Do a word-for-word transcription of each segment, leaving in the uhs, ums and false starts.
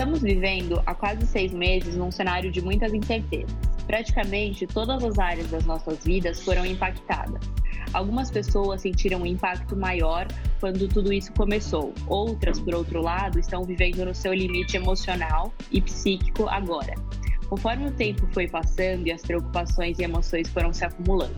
Estamos vivendo há quase seis meses num cenário de muitas incertezas. Praticamente todas as áreas das nossas vidas foram impactadas. Algumas pessoas sentiram um impacto maior quando tudo isso começou. Outras, por outro lado, estão vivendo no seu limite emocional e psíquico agora, conforme o tempo foi passando e as preocupações e emoções foram se acumulando.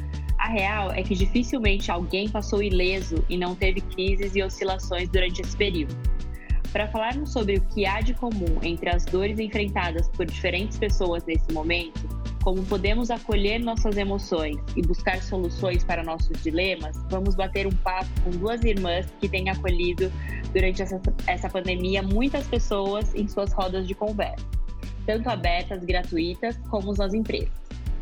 A real é que dificilmente alguém passou ileso e não teve crises e oscilações durante esse período. Para falarmos sobre o que há de comum entre as dores enfrentadas por diferentes pessoas nesse momento, como podemos acolher nossas emoções e buscar soluções para nossos dilemas, vamos bater um papo com duas irmãs que têm acolhido durante essa, essa pandemia muitas pessoas em suas rodas de conversa, tanto abertas, gratuitas, como nas empresas.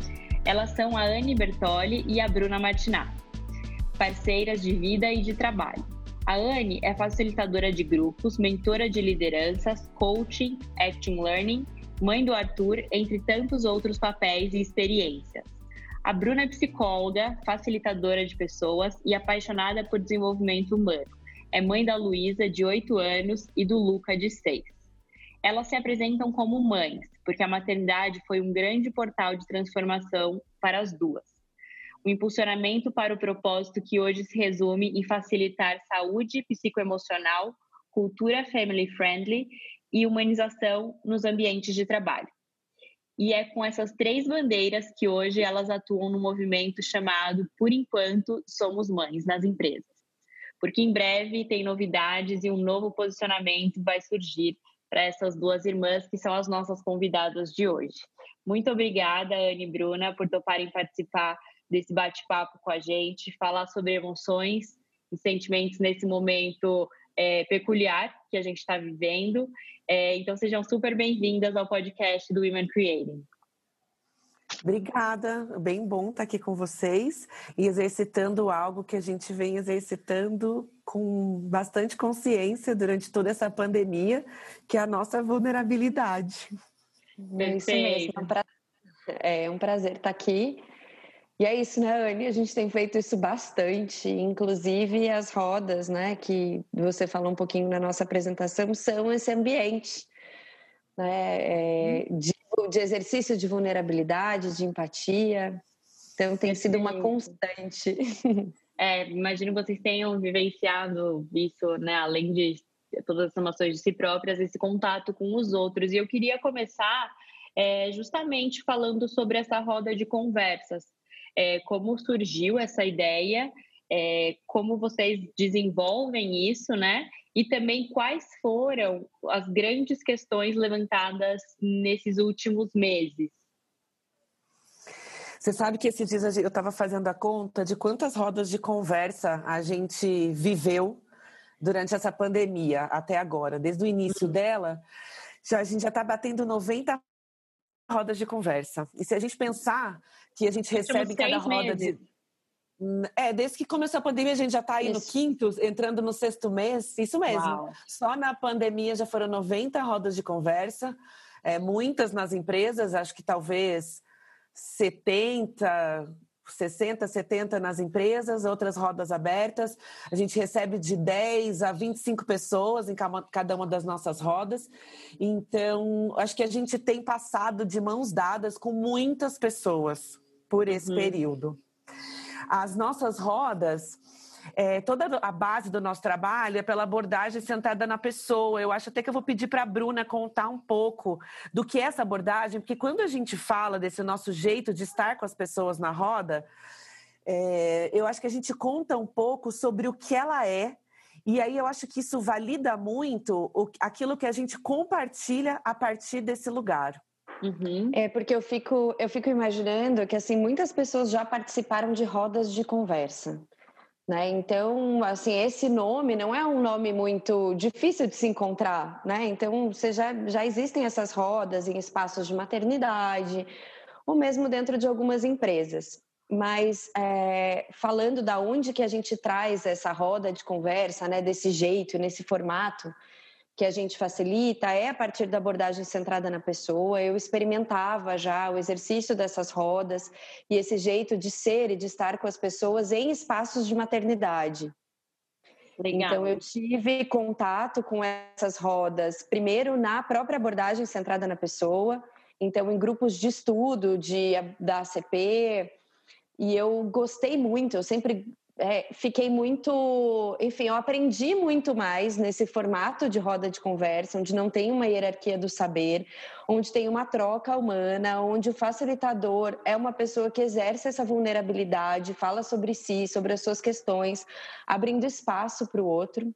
Elas são a Anne Bertoli e a Bruna Martinat, parceiras de vida e de trabalho. A Anne é facilitadora de grupos, mentora de lideranças, coaching, acting learning, mãe do Arthur, entre tantos outros papéis e experiências. A Bruna é psicóloga, facilitadora de pessoas e apaixonada por desenvolvimento humano. É mãe da Luísa, de oito anos, e do Luca, de seis. Elas se apresentam como mães, porque a maternidade foi um grande portal de transformação para as duas. O impulsionamento para o propósito que hoje se resume em facilitar saúde psicoemocional, cultura family-friendly e humanização nos ambientes de trabalho. E é com essas três bandeiras que hoje elas atuam no movimento chamado Por Enquanto Somos Mães nas empresas. Porque em breve tem novidades e um novo posicionamento vai surgir para essas duas irmãs que são as nossas convidadas de hoje. Muito obrigada, Anne e Bruna, por toparem participar desse bate-papo com a gente, falar sobre emoções e sentimentos nesse momento é, peculiar que a gente está vivendo. É, então, sejam super bem-vindas ao podcast do Women Creating. Obrigada, bem bom estar aqui com vocês e exercitando algo que a gente vem exercitando com bastante consciência durante toda essa pandemia, que é a nossa vulnerabilidade. É isso mesmo, é um prazer, é um prazer estar aqui. E é isso, né, Anne? A gente tem feito isso bastante, inclusive as rodas, né, que você falou um pouquinho na nossa apresentação, são esse ambiente, né, é, de, de exercício de vulnerabilidade, de empatia. Então, tem sido uma constante. É, imagino que vocês tenham vivenciado isso, né, além de todas as emoções de si próprias, esse contato com os outros. E eu queria começar é, justamente falando sobre essa roda de conversas. É, como surgiu essa ideia, é, como vocês desenvolvem isso, né? E também quais foram as grandes questões levantadas nesses últimos meses. Você sabe que esses dias eu estava fazendo a conta de quantas rodas de conversa a gente viveu durante essa pandemia até agora. Desde o início uhum. dela, já, a gente já está batendo noventa rodas de conversa. E se a gente pensar que a gente recebe em cada roda meses. de... É, desde que começou a pandemia, a gente já está aí isso. no quinto, entrando no sexto mês. Isso mesmo. Uau. Só na pandemia já foram noventa rodas de conversa, é, muitas nas empresas, acho que talvez setenta, sessenta, setenta nas empresas, outras rodas abertas. A gente recebe de dez a vinte e cinco pessoas em cada uma das nossas rodas. Então, acho que a gente tem passado de mãos dadas com muitas pessoas por esse uhum. período. As nossas rodas, é, toda a base do nosso trabalho é pela abordagem centrada na pessoa. Eu acho até que eu vou pedir para a Bruna contar um pouco do que é essa abordagem, porque quando a gente fala desse nosso jeito de estar com as pessoas na roda, é, eu acho que a gente conta um pouco sobre o que ela é, e aí eu acho que isso valida muito o, aquilo que a gente compartilha a partir desse lugar. Uhum. É porque eu fico, eu fico imaginando que assim, muitas pessoas já participaram de rodas de conversa, né? Então, assim, esse nome não é um nome muito difícil de se encontrar, né? Então, você já, já existem essas rodas em espaços de maternidade ou mesmo dentro de algumas empresas. Mas é, falando da onde que a gente traz essa roda de conversa, né? Desse jeito, nesse formato que a gente facilita, é a partir da abordagem centrada na pessoa. Eu experimentava já o exercício dessas rodas e esse jeito de ser e de estar com as pessoas em espaços de maternidade. Legal. Então, eu tive contato com essas rodas, primeiro na própria abordagem centrada na pessoa, então em grupos de estudo de, da A C P, e eu gostei muito, eu sempre é, fiquei muito... Enfim, eu aprendi muito mais nesse formato de roda de conversa, onde não tem uma hierarquia do saber, onde tem uma troca humana, onde o facilitador é uma pessoa que exerce essa vulnerabilidade, fala sobre si, sobre as suas questões, abrindo espaço para o outro.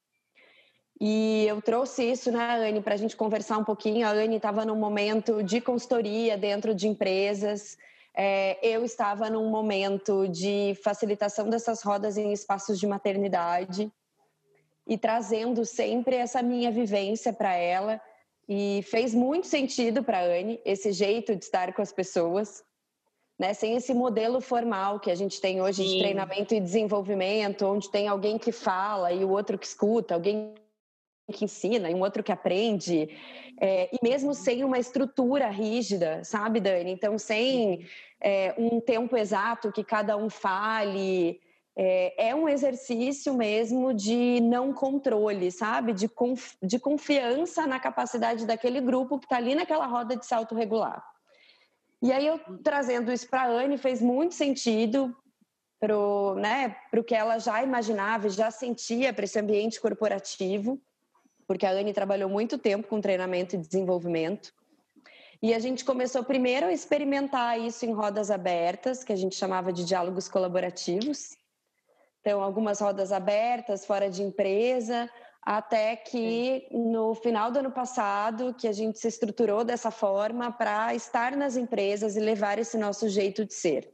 E eu trouxe isso, né, Anne, para a gente conversar um pouquinho. A Anne estava num momento de consultoria dentro de empresas. É, eu estava num momento de facilitação dessas rodas em espaços de maternidade e trazendo sempre essa minha vivência para ela. E fez muito sentido para a Anne esse jeito de estar com as pessoas, né? Sem esse modelo formal que a gente tem hoje. Sim. De treinamento e desenvolvimento, onde tem alguém que fala e o outro que escuta, alguém que ensina e um outro que aprende, é, e mesmo sem uma estrutura rígida, sabe, Dani? Então, sem é, um tempo exato que cada um fale, é, é um exercício mesmo de não controle, sabe? De, conf, de confiança na capacidade daquele grupo que está ali naquela roda de se autorregular. E aí, eu trazendo isso para a Anne, fez muito sentido para o, né, pro que ela já imaginava e já sentia para esse ambiente corporativo, porque a Anne trabalhou muito tempo com treinamento e desenvolvimento. E a gente começou primeiro a experimentar isso em rodas abertas, que a gente chamava de diálogos colaborativos. Então, algumas rodas abertas, fora de empresa, até que no final do ano passado, que a gente se estruturou dessa forma para estar nas empresas e levar esse nosso jeito de ser.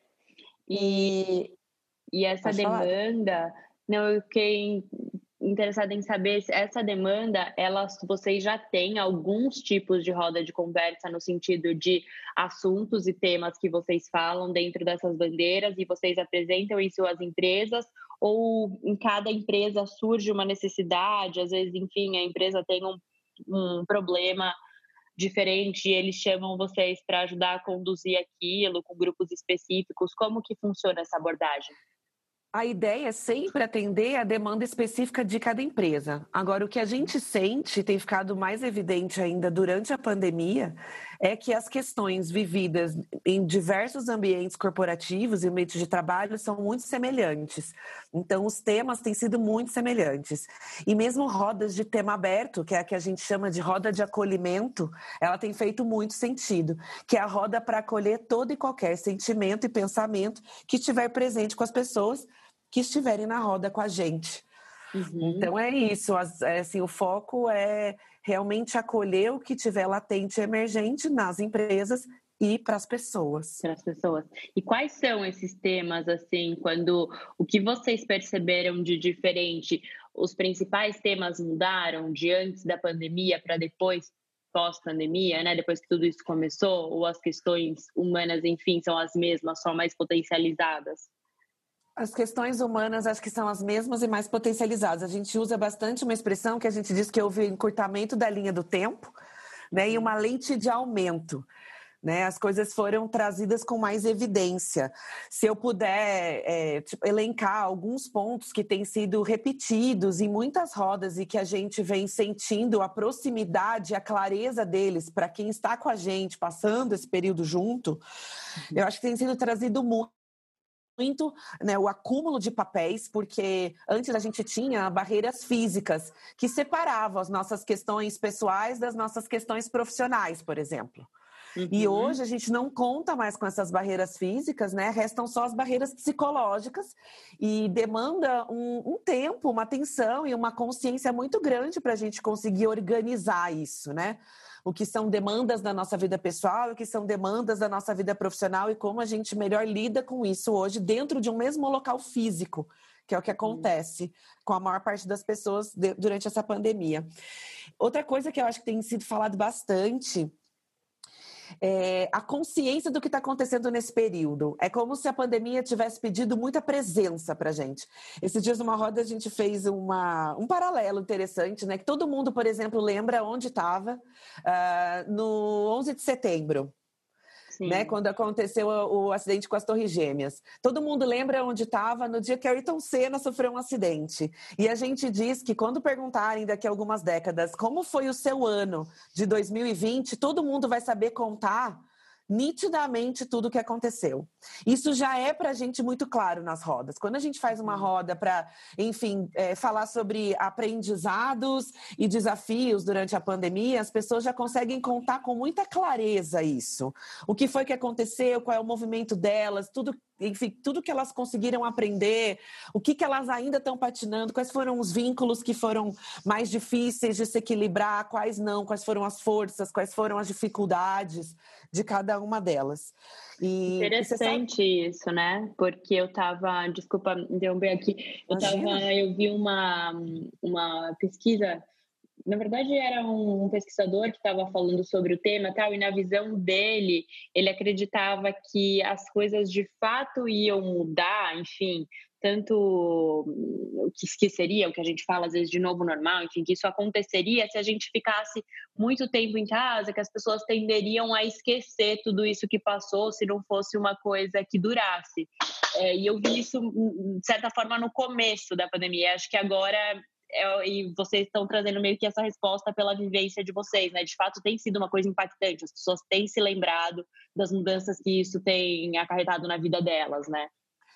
E, e essa Pode demanda... Falar? Não, eu fiquei interessada em saber se essa demanda, ela, vocês já têm alguns tipos de roda de conversa no sentido de assuntos e temas que vocês falam dentro dessas bandeiras e vocês apresentam isso às empresas, ou em cada empresa surge uma necessidade, às vezes, enfim, a empresa tem um, um problema diferente e eles chamam vocês para ajudar a conduzir aquilo com grupos específicos. Como que funciona essa abordagem? A ideia é sempre atender a demanda específica de cada empresa. Agora, o que a gente sente, tem ficado mais evidente ainda durante a pandemia, é que as questões vividas em diversos ambientes corporativos e ambientes de trabalho são muito semelhantes. Então, os temas têm sido muito semelhantes. E mesmo rodas de tema aberto, que é a que a gente chama de roda de acolhimento, ela tem feito muito sentido, que é a roda para acolher todo e qualquer sentimento e pensamento que estiver presente com as pessoas que estiverem na roda com a gente. Uhum. Então é isso, assim, o foco é realmente acolher o que tiver latente e emergente nas empresas e para as pessoas. Para as pessoas. E quais são esses temas, assim, quando o que vocês perceberam de diferente? Os principais temas mudaram de antes da pandemia para depois, pós-pandemia, né? Depois que tudo isso começou? Ou as questões humanas, enfim, são as mesmas, só mais potencializadas? As questões humanas acho que são as mesmas e mais potencializadas. A gente usa bastante uma expressão que a gente diz que houve encurtamento da linha do tempo, né, e uma lente de aumento. Né? As coisas foram trazidas com mais evidência. Se eu puder é, tipo, elencar alguns pontos que têm sido repetidos em muitas rodas e que a gente vem sentindo a proximidade, a clareza deles para quem está com a gente, passando esse período junto, uhum. eu acho que tem sido trazido muito. muito, né, o acúmulo de papéis, porque antes a gente tinha barreiras físicas que separavam as nossas questões pessoais das nossas questões profissionais, por exemplo. Uhum. E hoje a gente não conta mais com essas barreiras físicas, né? Restam só as barreiras psicológicas e demanda um, um tempo, uma atenção e uma consciência muito grande para a gente conseguir organizar isso, né? O que são demandas da nossa vida pessoal, o que são demandas da nossa vida profissional e como a gente melhor lida com isso hoje dentro de um mesmo local físico, que é o que acontece com a maior parte das pessoas de, durante essa pandemia. Outra coisa que eu acho que tem sido falado bastante é a consciência do que está acontecendo nesse período. É como se a pandemia tivesse pedido muita presença para a gente. Esses dias, numa roda, a gente fez uma, um paralelo interessante, né? Que todo mundo, por exemplo, lembra onde estava uh, no onze de setembro. né? Quando aconteceu o, o acidente com as Torres Gêmeas. Todo mundo lembra onde estava no dia que Ayrton Senna sofreu um acidente. E a gente diz que quando perguntarem daqui a algumas décadas como foi o seu ano de dois mil e vinte, todo mundo vai saber contar nitidamente tudo o que aconteceu. Isso já é para a gente muito claro nas rodas. Quando a gente faz uma roda para, enfim, é, falar sobre aprendizados e desafios durante a pandemia, as pessoas já conseguem contar com muita clareza isso. O que foi que aconteceu, qual é o movimento delas, tudo, enfim, tudo que elas conseguiram aprender, o que, que elas ainda estão patinando, quais foram os vínculos que foram mais difíceis de se equilibrar, quais não, quais foram as forças, quais foram as dificuldades de cada uma delas. E, interessante sabe... isso, né? Porque eu estava, desculpa interromper aqui, eu tava, eu vi uma, uma pesquisa, na verdade era um pesquisador que estava falando sobre o tema, tal, e na visão dele, ele acreditava que as coisas de fato iam mudar, enfim, tanto o que, que seria, o que a gente fala às vezes de novo normal, enfim, que isso aconteceria se a gente ficasse muito tempo em casa, que as pessoas tenderiam a esquecer tudo isso que passou se não fosse uma coisa que durasse. É, e eu vi isso, de certa forma, no começo da pandemia. Acho que agora, é, e vocês estão trazendo meio que essa resposta pela vivência de vocês, né? De fato, tem sido uma coisa impactante. As pessoas têm se lembrado das mudanças que isso tem acarretado na vida delas, né?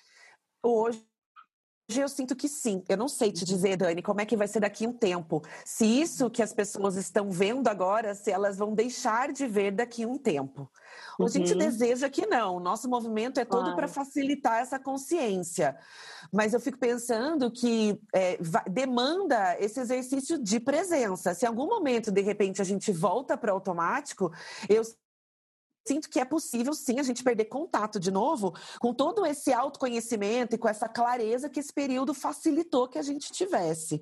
Hoje Hoje eu sinto que sim. Eu não sei te dizer, Dani, como é que vai ser daqui a um tempo. Se isso que as pessoas estão vendo agora, se elas vão deixar de ver daqui a um tempo. Uhum. A gente deseja que não. O nosso movimento é todo claro. Para facilitar essa consciência. Mas eu fico pensando que é, demanda esse exercício de presença. Se em algum momento, de repente, a gente volta para o automático, eu sinto que é possível, sim, a gente perder contato de novo com todo esse autoconhecimento e com essa clareza que esse período facilitou que a gente tivesse.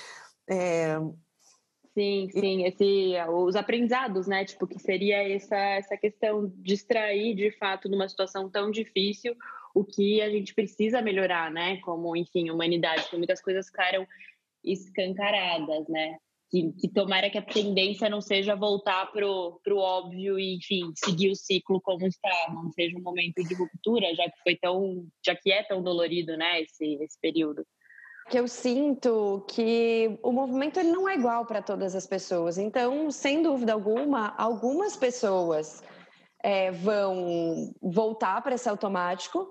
É... Sim, sim, esse, os aprendizados, né, tipo, que seria essa, essa questão de extrair, de fato, numa situação tão difícil, o que a gente precisa melhorar, né, como, enfim, humanidade, porque muitas coisas ficaram escancaradas, né. Que, que tomara que a tendência não seja voltar pro, pro óbvio e, enfim, seguir o ciclo como está, não seja um momento de ruptura, já que foi tão, já que é tão dolorido, né, esse, esse período. Que eu sinto que o movimento ele não é igual para todas as pessoas, então, sem dúvida alguma, algumas pessoas é, vão voltar para esse automático.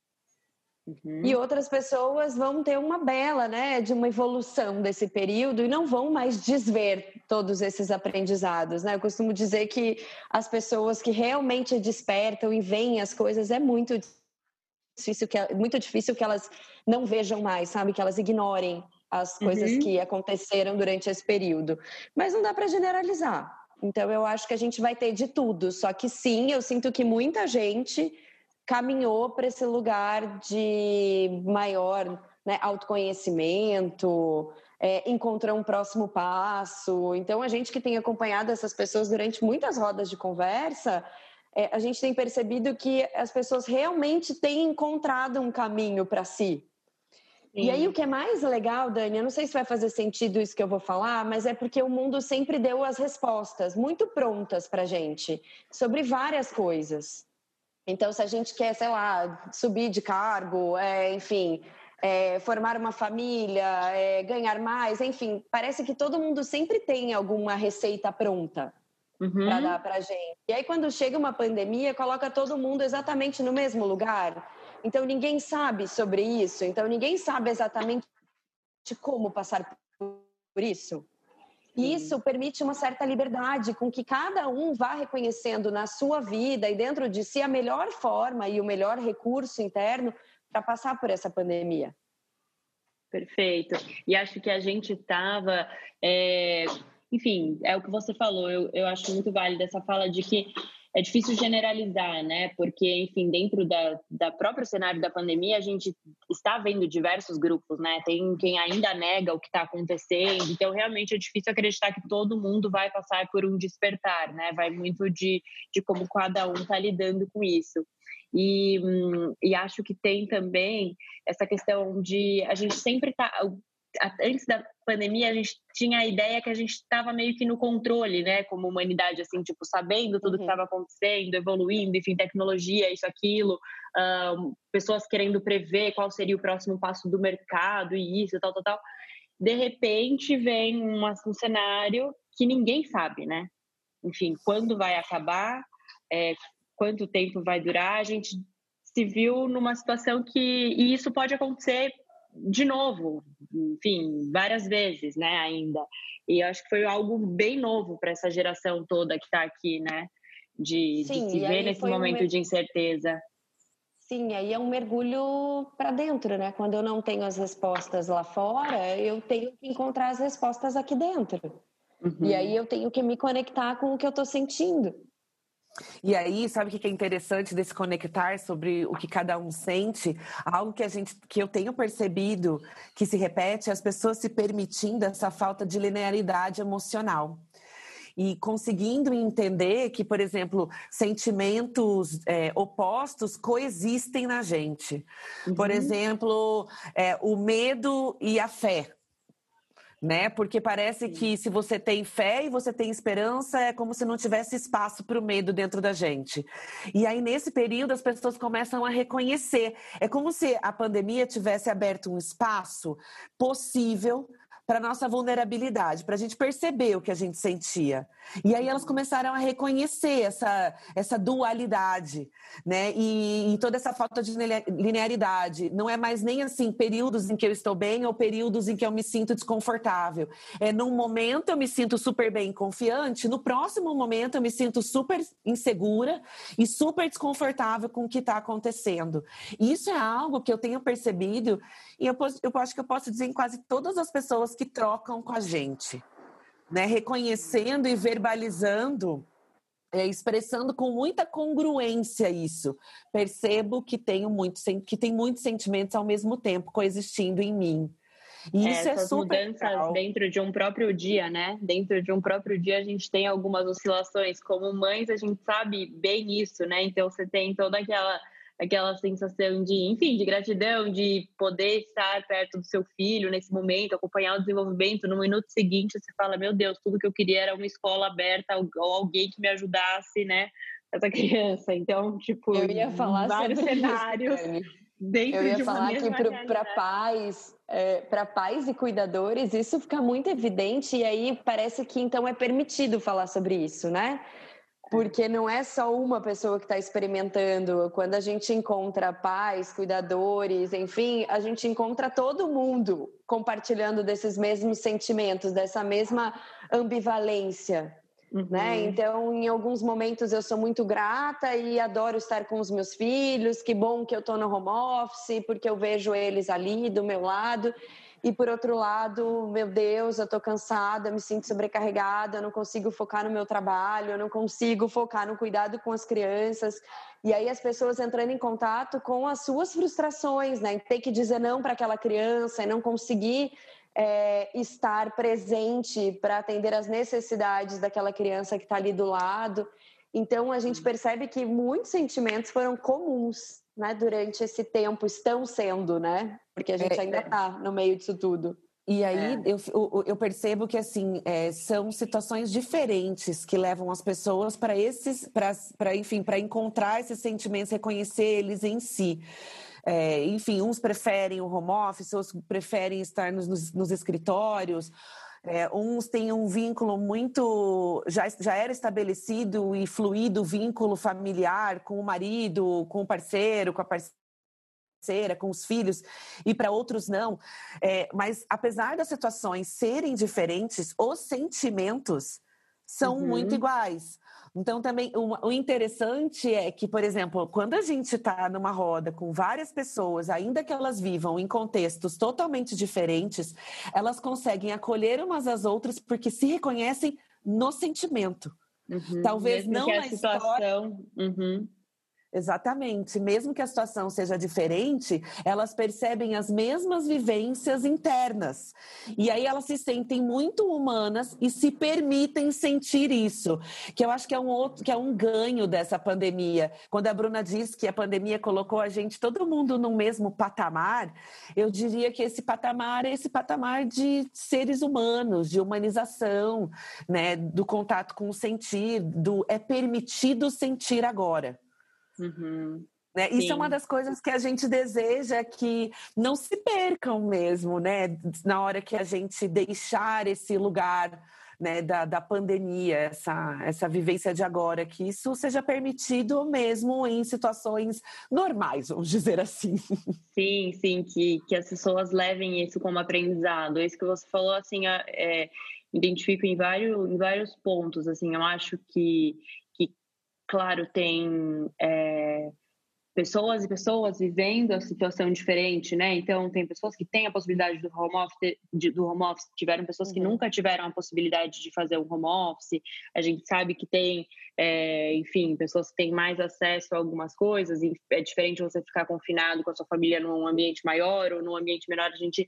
Uhum. E outras pessoas vão ter uma bela, né, de uma evolução desse período e não vão mais desver todos esses aprendizados, né? Eu costumo dizer que as pessoas que realmente despertam e veem as coisas é muito difícil que, muito difícil que elas não vejam mais, sabe? Que elas ignorem as coisas uhum. que aconteceram durante esse período. Mas não dá para generalizar. Então eu acho que a gente vai ter de tudo. Só que sim, eu sinto que muita gente caminhou para esse lugar de maior, né, autoconhecimento, é, encontrou um próximo passo. Então, a gente que tem acompanhado essas pessoas durante muitas rodas de conversa, é, a gente tem percebido que as pessoas realmente têm encontrado um caminho para si. Sim. E aí, o que é mais legal, Dani, eu não sei se vai fazer sentido isso que eu vou falar, mas é porque o mundo sempre deu as respostas muito prontas para a gente, sobre várias coisas. Então, se a gente quer, sei lá, subir de cargo, é, enfim, é, formar uma família, é, ganhar mais, enfim, parece que todo mundo sempre tem alguma receita pronta uhum. para dar para a gente. E aí, quando chega uma pandemia, coloca todo mundo exatamente no mesmo lugar. Então, ninguém sabe sobre isso. Então, ninguém sabe exatamente como passar por isso. E isso permite uma certa liberdade com que cada um vá reconhecendo na sua vida e dentro de si a melhor forma e o melhor recurso interno para passar por essa pandemia. Perfeito. E acho que a gente estava... É... Enfim, é o que você falou. Eu, eu acho muito válida essa fala de que é difícil generalizar, né? Porque, enfim, dentro da, da próprio cenário da pandemia, a gente está vendo diversos grupos, né? Tem quem ainda nega o que está acontecendo. Então, realmente, é difícil acreditar que todo mundo vai passar por um despertar, né? Vai muito de, de como cada um está lidando com isso. E, hum, e acho que tem também essa questão de... A gente sempre está... antes da pandemia, a gente tinha a ideia que a gente estava meio que no controle, né, como humanidade, assim, tipo, sabendo tudo uhum. que estava acontecendo, evoluindo, enfim, tecnologia, isso, aquilo, um, pessoas querendo prever qual seria o próximo passo do mercado e isso, tal, tal, tal. De repente, vem uma, um cenário que ninguém sabe, né? Enfim, quando vai acabar, é, quanto tempo vai durar, a gente se viu numa situação que... E isso pode acontecer de novo, enfim, várias vezes, né, ainda. E eu acho que foi algo bem novo para essa geração toda que está aqui, né, de, Sim, de se ver nesse momento um mer... de incerteza. Sim, aí é um mergulho para dentro, né? Quando eu não tenho as respostas lá fora, eu tenho que encontrar as respostas aqui dentro. Uhum. E aí eu tenho que me conectar com o que eu estou sentindo. E aí, sabe o que é interessante desse conectar sobre o que cada um sente? Algo que a gente, que eu tenho percebido que se repete, é as pessoas se permitindo essa falta de linearidade emocional. E conseguindo entender que, por exemplo, sentimentos é, opostos coexistem na gente. Uhum. Por exemplo, é, o medo e a fé. Né? Porque parece Sim. que se você tem fé e você tem esperança, é como se não tivesse espaço para o medo dentro da gente. E aí, nesse período, as pessoas começam a reconhecer. É como se a pandemia tivesse aberto um espaço possível para a nossa vulnerabilidade, para a gente perceber o que a gente sentia. E aí elas começaram a reconhecer essa, essa dualidade, né? E, e toda essa falta de linearidade. Não é mais nem assim, períodos em que eu estou bem ou períodos em que eu me sinto desconfortável. É, num momento eu me sinto super bem e confiante, no próximo momento eu me sinto super insegura e super desconfortável com o que está acontecendo. E isso é algo que eu tenho percebido e eu, eu acho que eu posso dizer em quase todas as pessoas que trocam com a gente, né? Reconhecendo e verbalizando, é, expressando com muita congruência isso. Percebo que tenho muito, que tem muitos sentimentos ao mesmo tempo coexistindo em mim. E isso é, essas super mudanças legal. Dentro de um próprio dia, né? Dentro de um próprio dia a gente tem algumas oscilações. Como mães a gente sabe bem isso, né? Então você tem toda aquela aquela sensação de, enfim, de gratidão, de poder estar perto do seu filho nesse momento, acompanhar o desenvolvimento. No minuto seguinte você fala, meu Deus, tudo que eu queria era uma escola aberta ou alguém que me ajudasse, né? Essa criança. Então, tipo, eu ia falar vários sobre cenários. Isso, Dentro eu ia de uma falar que para pais, é, para pais e cuidadores, isso fica muito evidente e aí parece que então é permitido falar sobre isso, né? Porque não é só uma pessoa que está experimentando. Quando a gente encontra pais, cuidadores, enfim, a gente encontra todo mundo compartilhando desses mesmos sentimentos, dessa mesma ambivalência. Uhum. Né? Então, em alguns momentos eu sou muito grata e adoro estar com os meus filhos, que bom que eu estou no home office, porque eu vejo eles ali do meu lado. E por outro lado, meu Deus, eu estou cansada, me sinto sobrecarregada, eu não consigo focar no meu trabalho, eu não consigo focar no cuidado com as crianças. E aí as pessoas entrando em contato com as suas frustrações, né? Ter que dizer não para aquela criança e não conseguir é, estar presente para atender as necessidades daquela criança que está ali do lado. Então a gente percebe que muitos sentimentos foram comuns, né, durante esse tempo, estão sendo, né? Porque a gente é, ainda está no meio disso tudo. E aí é. eu, eu percebo que assim é, são situações diferentes que levam as pessoas para esses, para enfim, para encontrar esses sentimentos, reconhecer eles em si. É, enfim, uns preferem o home office, outros preferem estar nos, nos, nos escritórios. É, uns têm um vínculo muito... Já, já era estabelecido e fluido o vínculo familiar com o marido, com o parceiro, com a parceira, com os filhos, e para outros não. É, mas, apesar das situações serem diferentes, os sentimentos são uhum. muito iguais. Então, também, o, o interessante é que, por exemplo, quando a gente está numa roda com várias pessoas, ainda que elas vivam em contextos totalmente diferentes, elas conseguem acolher umas às outras porque se reconhecem no sentimento. Uhum. Talvez Mesmo não que a na situação... história... Uhum. Exatamente. Mesmo que a situação seja diferente, elas percebem as mesmas vivências internas. E aí elas se sentem muito humanas e se permitem sentir isso. Que eu acho que é um outro, que é um ganho dessa pandemia. Quando a Bruna disse que a pandemia colocou a gente, todo mundo no mesmo patamar, eu diria que esse patamar é esse patamar de seres humanos, de humanização, né? Do contato com o sentir, do é permitido sentir agora. Uhum. Né? Isso é uma das coisas que a gente deseja, que não se percam mesmo, né? Na hora que a gente deixar esse lugar, né, da, da pandemia, essa, essa vivência de agora, que isso seja permitido mesmo em situações normais, vamos dizer assim. Sim, sim, que, que as pessoas levem isso como aprendizado. Isso que você falou, assim, é, identifico em vários, em vários pontos, assim, eu acho que claro, tem é, pessoas e pessoas vivendo a situação diferente, né? Então, tem pessoas que têm a possibilidade do home office, de, do home office, tiveram pessoas uhum. que nunca tiveram a possibilidade de fazer um home office. A gente sabe que tem, é, enfim, pessoas que têm mais acesso a algumas coisas, e é diferente você ficar confinado com a sua família num ambiente maior ou num ambiente menor. A gente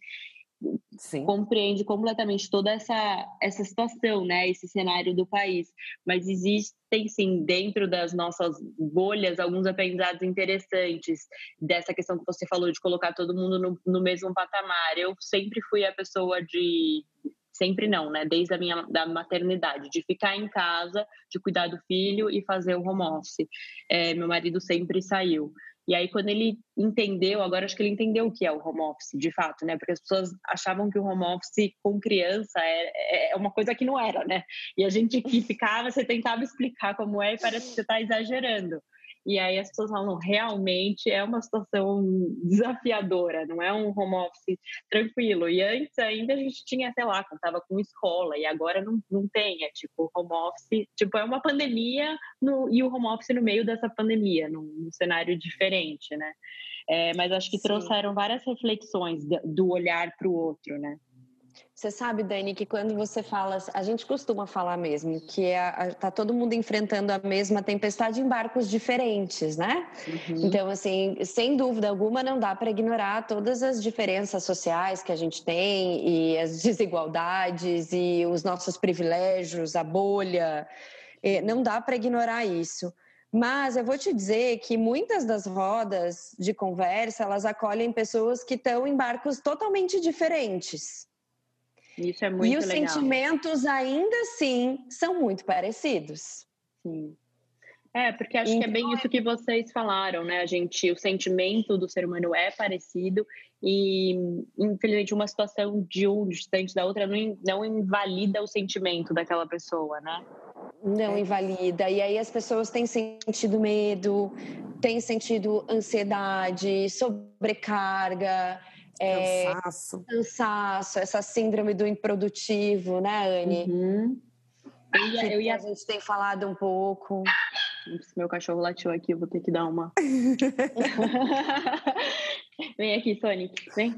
Sim. compreende completamente toda essa, essa situação, né? Esse cenário do país. Mas existem, sim, dentro das nossas bolhas, alguns aprendizados interessantes dessa questão que você falou de colocar todo mundo no, no mesmo patamar. Eu sempre fui a pessoa de... Sempre não, né? Desde a minha da maternidade, de ficar em casa, de cuidar do filho e fazer o home office. É, meu marido sempre saiu. E aí, quando ele entendeu, agora acho que ele entendeu o que é o home office, de fato, né? Porque as pessoas achavam que o home office com criança é, é uma coisa que não era, né? E a gente que ficava, você tentava explicar como é e parece que você está exagerando. E aí as pessoas falam, realmente é uma situação desafiadora, não é um home office tranquilo. E antes ainda a gente tinha, sei lá, contava com escola, e agora não, não tem, é tipo home office, tipo é uma pandemia no, e o home office no meio dessa pandemia, num, num cenário diferente, né? É, mas acho que Sim. trouxeram várias reflexões do olhar para o outro, né? Você sabe, Dani, que quando você fala, a gente costuma falar mesmo, que é a, tá todo mundo enfrentando a mesma tempestade em barcos diferentes, né? Uhum. Então, assim, sem dúvida alguma, não dá para ignorar todas as diferenças sociais que a gente tem e as desigualdades e os nossos privilégios, a bolha, não dá para ignorar isso. Mas eu vou te dizer que muitas das rodas de conversa, elas acolhem pessoas que estão em barcos totalmente diferentes. Isso é muito legal. E os legal. sentimentos ainda assim são muito parecidos. Sim. É, porque acho então, que é bem isso que vocês falaram, né? A gente, o sentimento do ser humano é parecido e, infelizmente, uma situação de um distante da outra não, não invalida o sentimento daquela pessoa, né? Não é. invalida. E aí as pessoas têm sentido medo, têm sentido ansiedade, sobrecarga... Cansaço. É, cansaço, essa síndrome do improdutivo, né, Anne? Uhum. Eu ia, eu ia... A gente tem falado um pouco. Meu cachorro latiu aqui, eu vou ter que dar uma. Vem aqui, Sonic, vem.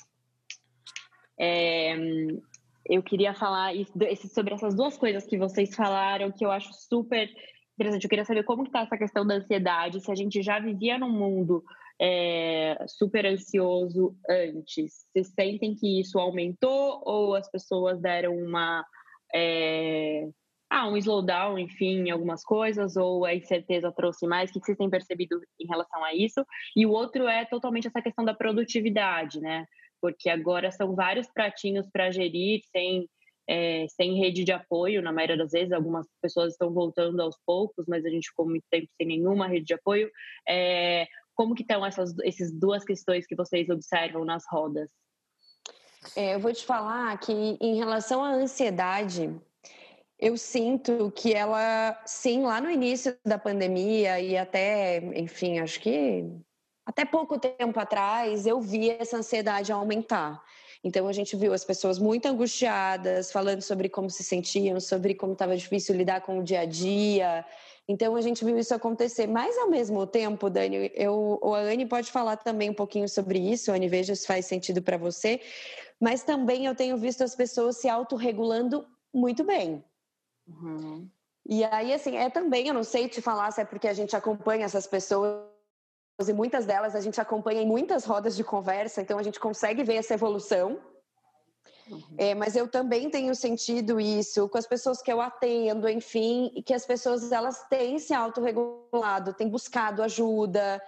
É, eu queria falar isso, sobre essas duas coisas que vocês falaram, que eu acho super interessante. Eu queria saber como que está essa questão da ansiedade, se a gente já vivia num mundo É, super ansioso antes. Vocês sentem que isso aumentou ou as pessoas deram uma é, ah, um slowdown, enfim, em algumas coisas, ou a incerteza trouxe mais? O que vocês têm percebido em relação a isso? E o outro é totalmente essa questão da produtividade, né? Porque agora são vários pratinhos para gerir sem, é, sem rede de apoio, na maioria das vezes. Algumas pessoas estão voltando aos poucos, mas a gente ficou muito tempo sem nenhuma rede de apoio. É, Como que estão essas, essas duas questões que vocês observam nas rodas? É, eu vou te falar que em relação à ansiedade, eu sinto que ela, sim, lá no início da pandemia e até, enfim, acho que até pouco tempo atrás, eu vi essa ansiedade aumentar. Então, a gente viu as pessoas muito angustiadas, falando sobre como se sentiam, sobre como estava difícil lidar com o dia a dia. Então, a gente viu isso acontecer. Mas, ao mesmo tempo, Dani, eu, a Anne pode falar também um pouquinho sobre isso. Anne, veja se faz sentido para você. Mas também eu tenho visto as pessoas se autorregulando muito bem. Uhum. E aí, assim, é também, eu não sei te falar se é porque a gente acompanha essas pessoas, e muitas delas a gente acompanha em muitas rodas de conversa, então a gente consegue ver essa evolução. Uhum. É, mas eu também tenho sentido isso com as pessoas que eu atendo, enfim, e que as pessoas elas têm se autorregulado, têm buscado ajuda.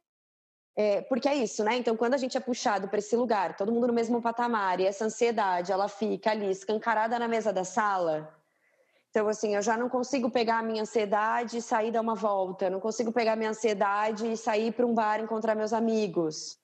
É, porque é isso, né? Então, quando a gente é puxado para esse lugar, todo mundo no mesmo patamar, e essa ansiedade, ela fica ali escancarada na mesa da sala. Então, assim, eu já não consigo pegar a minha ansiedade e sair dar uma volta. Eu não consigo pegar a minha ansiedade e sair para um bar encontrar meus amigos.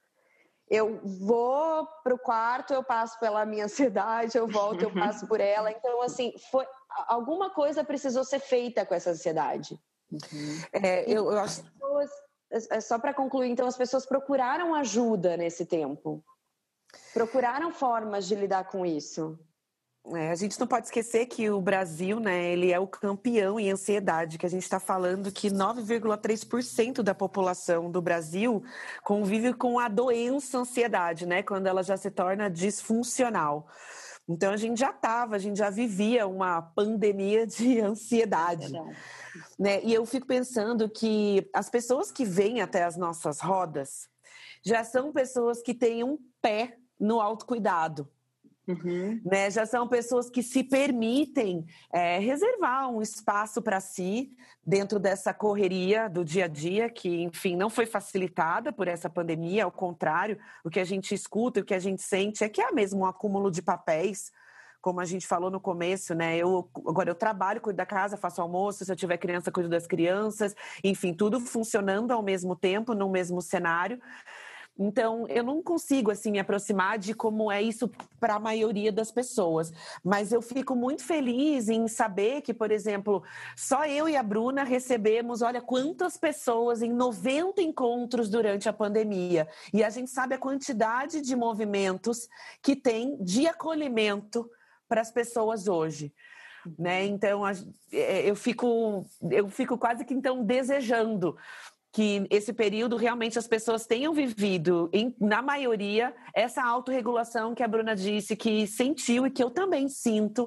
Eu vou para o quarto, eu passo pela minha ansiedade, eu volto, eu passo por ela. Então, assim, foi, alguma coisa precisou ser feita com essa ansiedade. Uhum. É, eu, eu acho... Pessoas, é só para concluir, então, as pessoas procuraram ajuda nesse tempo. Procuraram formas de lidar com isso. É, a gente não pode esquecer que o Brasil, né, ele é o campeão em ansiedade, que a gente está falando que nove vírgula três por cento da população do Brasil convive com a doença ansiedade, né, quando ela já se torna disfuncional. Então a gente já estava, a gente já vivia uma pandemia de ansiedade. É né? E eu fico pensando que as pessoas que vêm até as nossas rodas já são pessoas que têm um pé no autocuidado. Uhum. Né? Já são pessoas que se permitem é, reservar um espaço para si dentro dessa correria do dia a dia que, enfim, não foi facilitada por essa pandemia. Ao contrário, o que a gente escuta, o que a gente sente é que é mesmo um acúmulo de papéis, como a gente falou no começo, né? Eu, agora eu trabalho, cuido da casa, faço almoço, se eu tiver criança, cuido das crianças, enfim, tudo funcionando ao mesmo tempo, no mesmo cenário. Então, eu não consigo, assim, me aproximar de como é isso para a maioria das pessoas. Mas eu fico muito feliz em saber que, por exemplo, só eu e a Bruna recebemos, olha, quantas pessoas em noventa encontros durante a pandemia. E a gente sabe a quantidade de movimentos que tem de acolhimento para as pessoas hoje. Né? Então, eu fico, eu fico quase que, então, desejando que esse período realmente as pessoas tenham vivido, em, na maioria, essa autorregulação que a Bruna disse que sentiu e que eu também sinto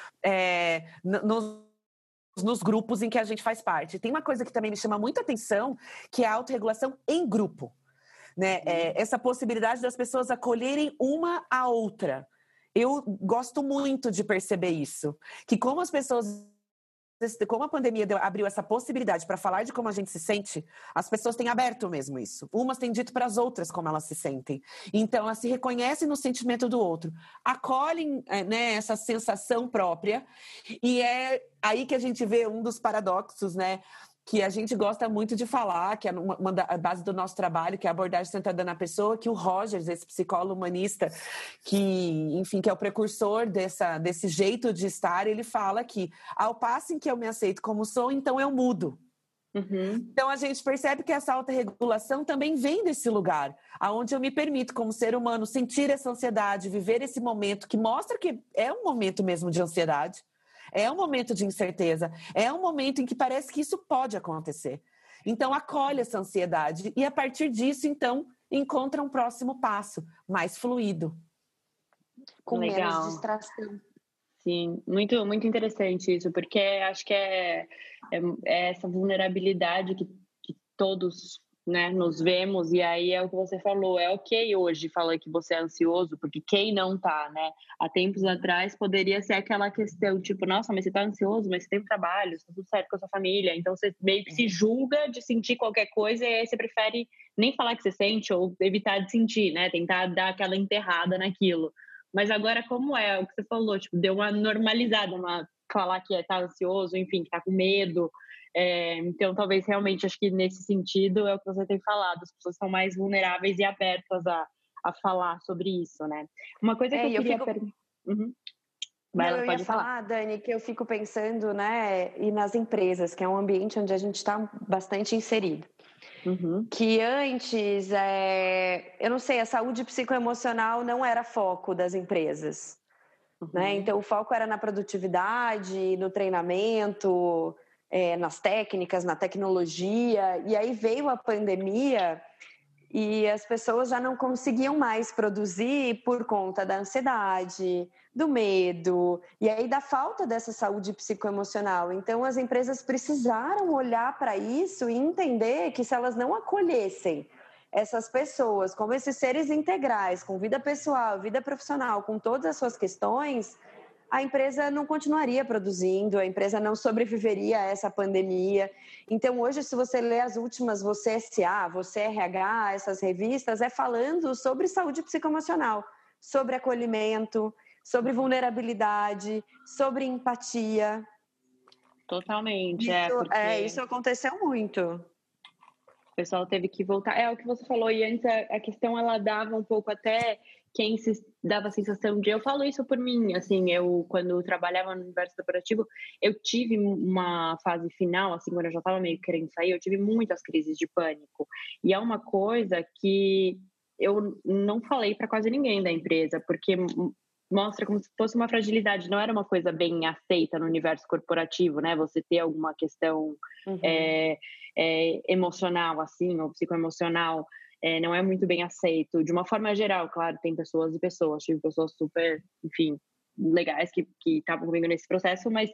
é, nos, nos grupos em que a gente faz parte. Tem uma coisa que também me chama muita atenção, que é a autorregulação em grupo. Né? É, essa possibilidade das pessoas acolherem uma a outra. Eu gosto muito de perceber isso. Que como as pessoas... Como a pandemia deu, abriu essa possibilidade para falar de como a gente se sente, as pessoas têm aberto mesmo isso. Umas têm dito para as outras como elas se sentem. Então, elas se reconhecem no sentimento do outro, acolhem, né, essa sensação própria. E é aí que a gente vê um dos paradoxos, né, que a gente gosta muito de falar, que é uma da base do nosso trabalho, que é a abordagem centrada na pessoa, que o Rogers, esse psicólogo humanista, que, enfim, que é o precursor dessa, desse jeito de estar, ele fala que, ao passo em que eu me aceito como sou, então eu mudo. Uhum. Então, a gente percebe que essa autorregulação também vem desse lugar, onde eu me permito, como ser humano, sentir essa ansiedade, viver esse momento, que mostra que é um momento mesmo de ansiedade, é um momento de incerteza, é um momento em que parece que isso pode acontecer. Então, acolhe essa ansiedade e, a partir disso, então, encontra um próximo passo, mais fluido. Com Legal. menos distração. Sim, muito, muito interessante isso, porque acho que é, é, é essa vulnerabilidade que, que todos... né, nos vemos, e aí é o que você falou, é ok hoje falar que você é ansioso, porque quem não tá, né? Há tempos atrás poderia ser aquela questão, tipo, nossa, mas você tá ansioso, mas você tem trabalho, você tá tudo certo com a sua família, então você meio que se julga de sentir qualquer coisa e aí você prefere nem falar que você sente ou evitar de sentir, né? Tentar dar aquela enterrada naquilo. Mas agora, como é o que você falou, tipo, deu uma normalizada, uma falar que é, tá ansioso, enfim, que tá com medo. É, então, talvez realmente, acho que nesse sentido é o que você tem falado, as pessoas são mais vulneráveis e abertas a, a falar sobre isso, né? Uma coisa que é, eu queria... Eu fico... per... uhum. Não, eu pode ia falar, falar, Dani, que eu fico pensando, né, e nas empresas, que é um ambiente onde a gente está bastante inserido. Uhum. Que antes, é... eu não sei, a saúde psicoemocional não era foco das empresas. Uhum. Né? Então, o foco era na produtividade, no treinamento... É, nas técnicas, na tecnologia, e aí veio a pandemia E as pessoas já não conseguiam mais produzir por conta da ansiedade, do medo, e aí da falta dessa saúde psicoemocional. Então, as empresas precisaram olhar para isso e entender que se elas não acolhessem essas pessoas como esses seres integrais, com vida pessoal, vida profissional, com todas as suas questões, a empresa não continuaria produzindo, a empresa não sobreviveria a essa pandemia. Então, hoje, se você lê as últimas Você S A, Você R H, essas revistas, é falando sobre saúde psicoemocional, sobre acolhimento, sobre vulnerabilidade, sobre empatia. Totalmente, Isso, é, porque... é, isso aconteceu muito. O pessoal teve que voltar. É o que você falou, e antes a, a questão, ela dava um pouco até... Quem se dava a sensação de... Eu falo isso por mim, assim, eu, quando trabalhava no universo corporativo, eu tive uma fase final, assim, quando eu já estava meio querendo sair, eu tive muitas crises de pânico. E é uma coisa que eu não falei para quase ninguém da empresa, porque mostra como se fosse uma fragilidade, não era uma coisa bem aceita no universo corporativo, né? Você ter alguma questão uhum. é, é, emocional, assim, ou psicoemocional, É, não é muito bem aceito, de uma forma geral, claro, tem pessoas e pessoas, tive pessoas super, enfim, legais que estavam comigo nesse processo, mas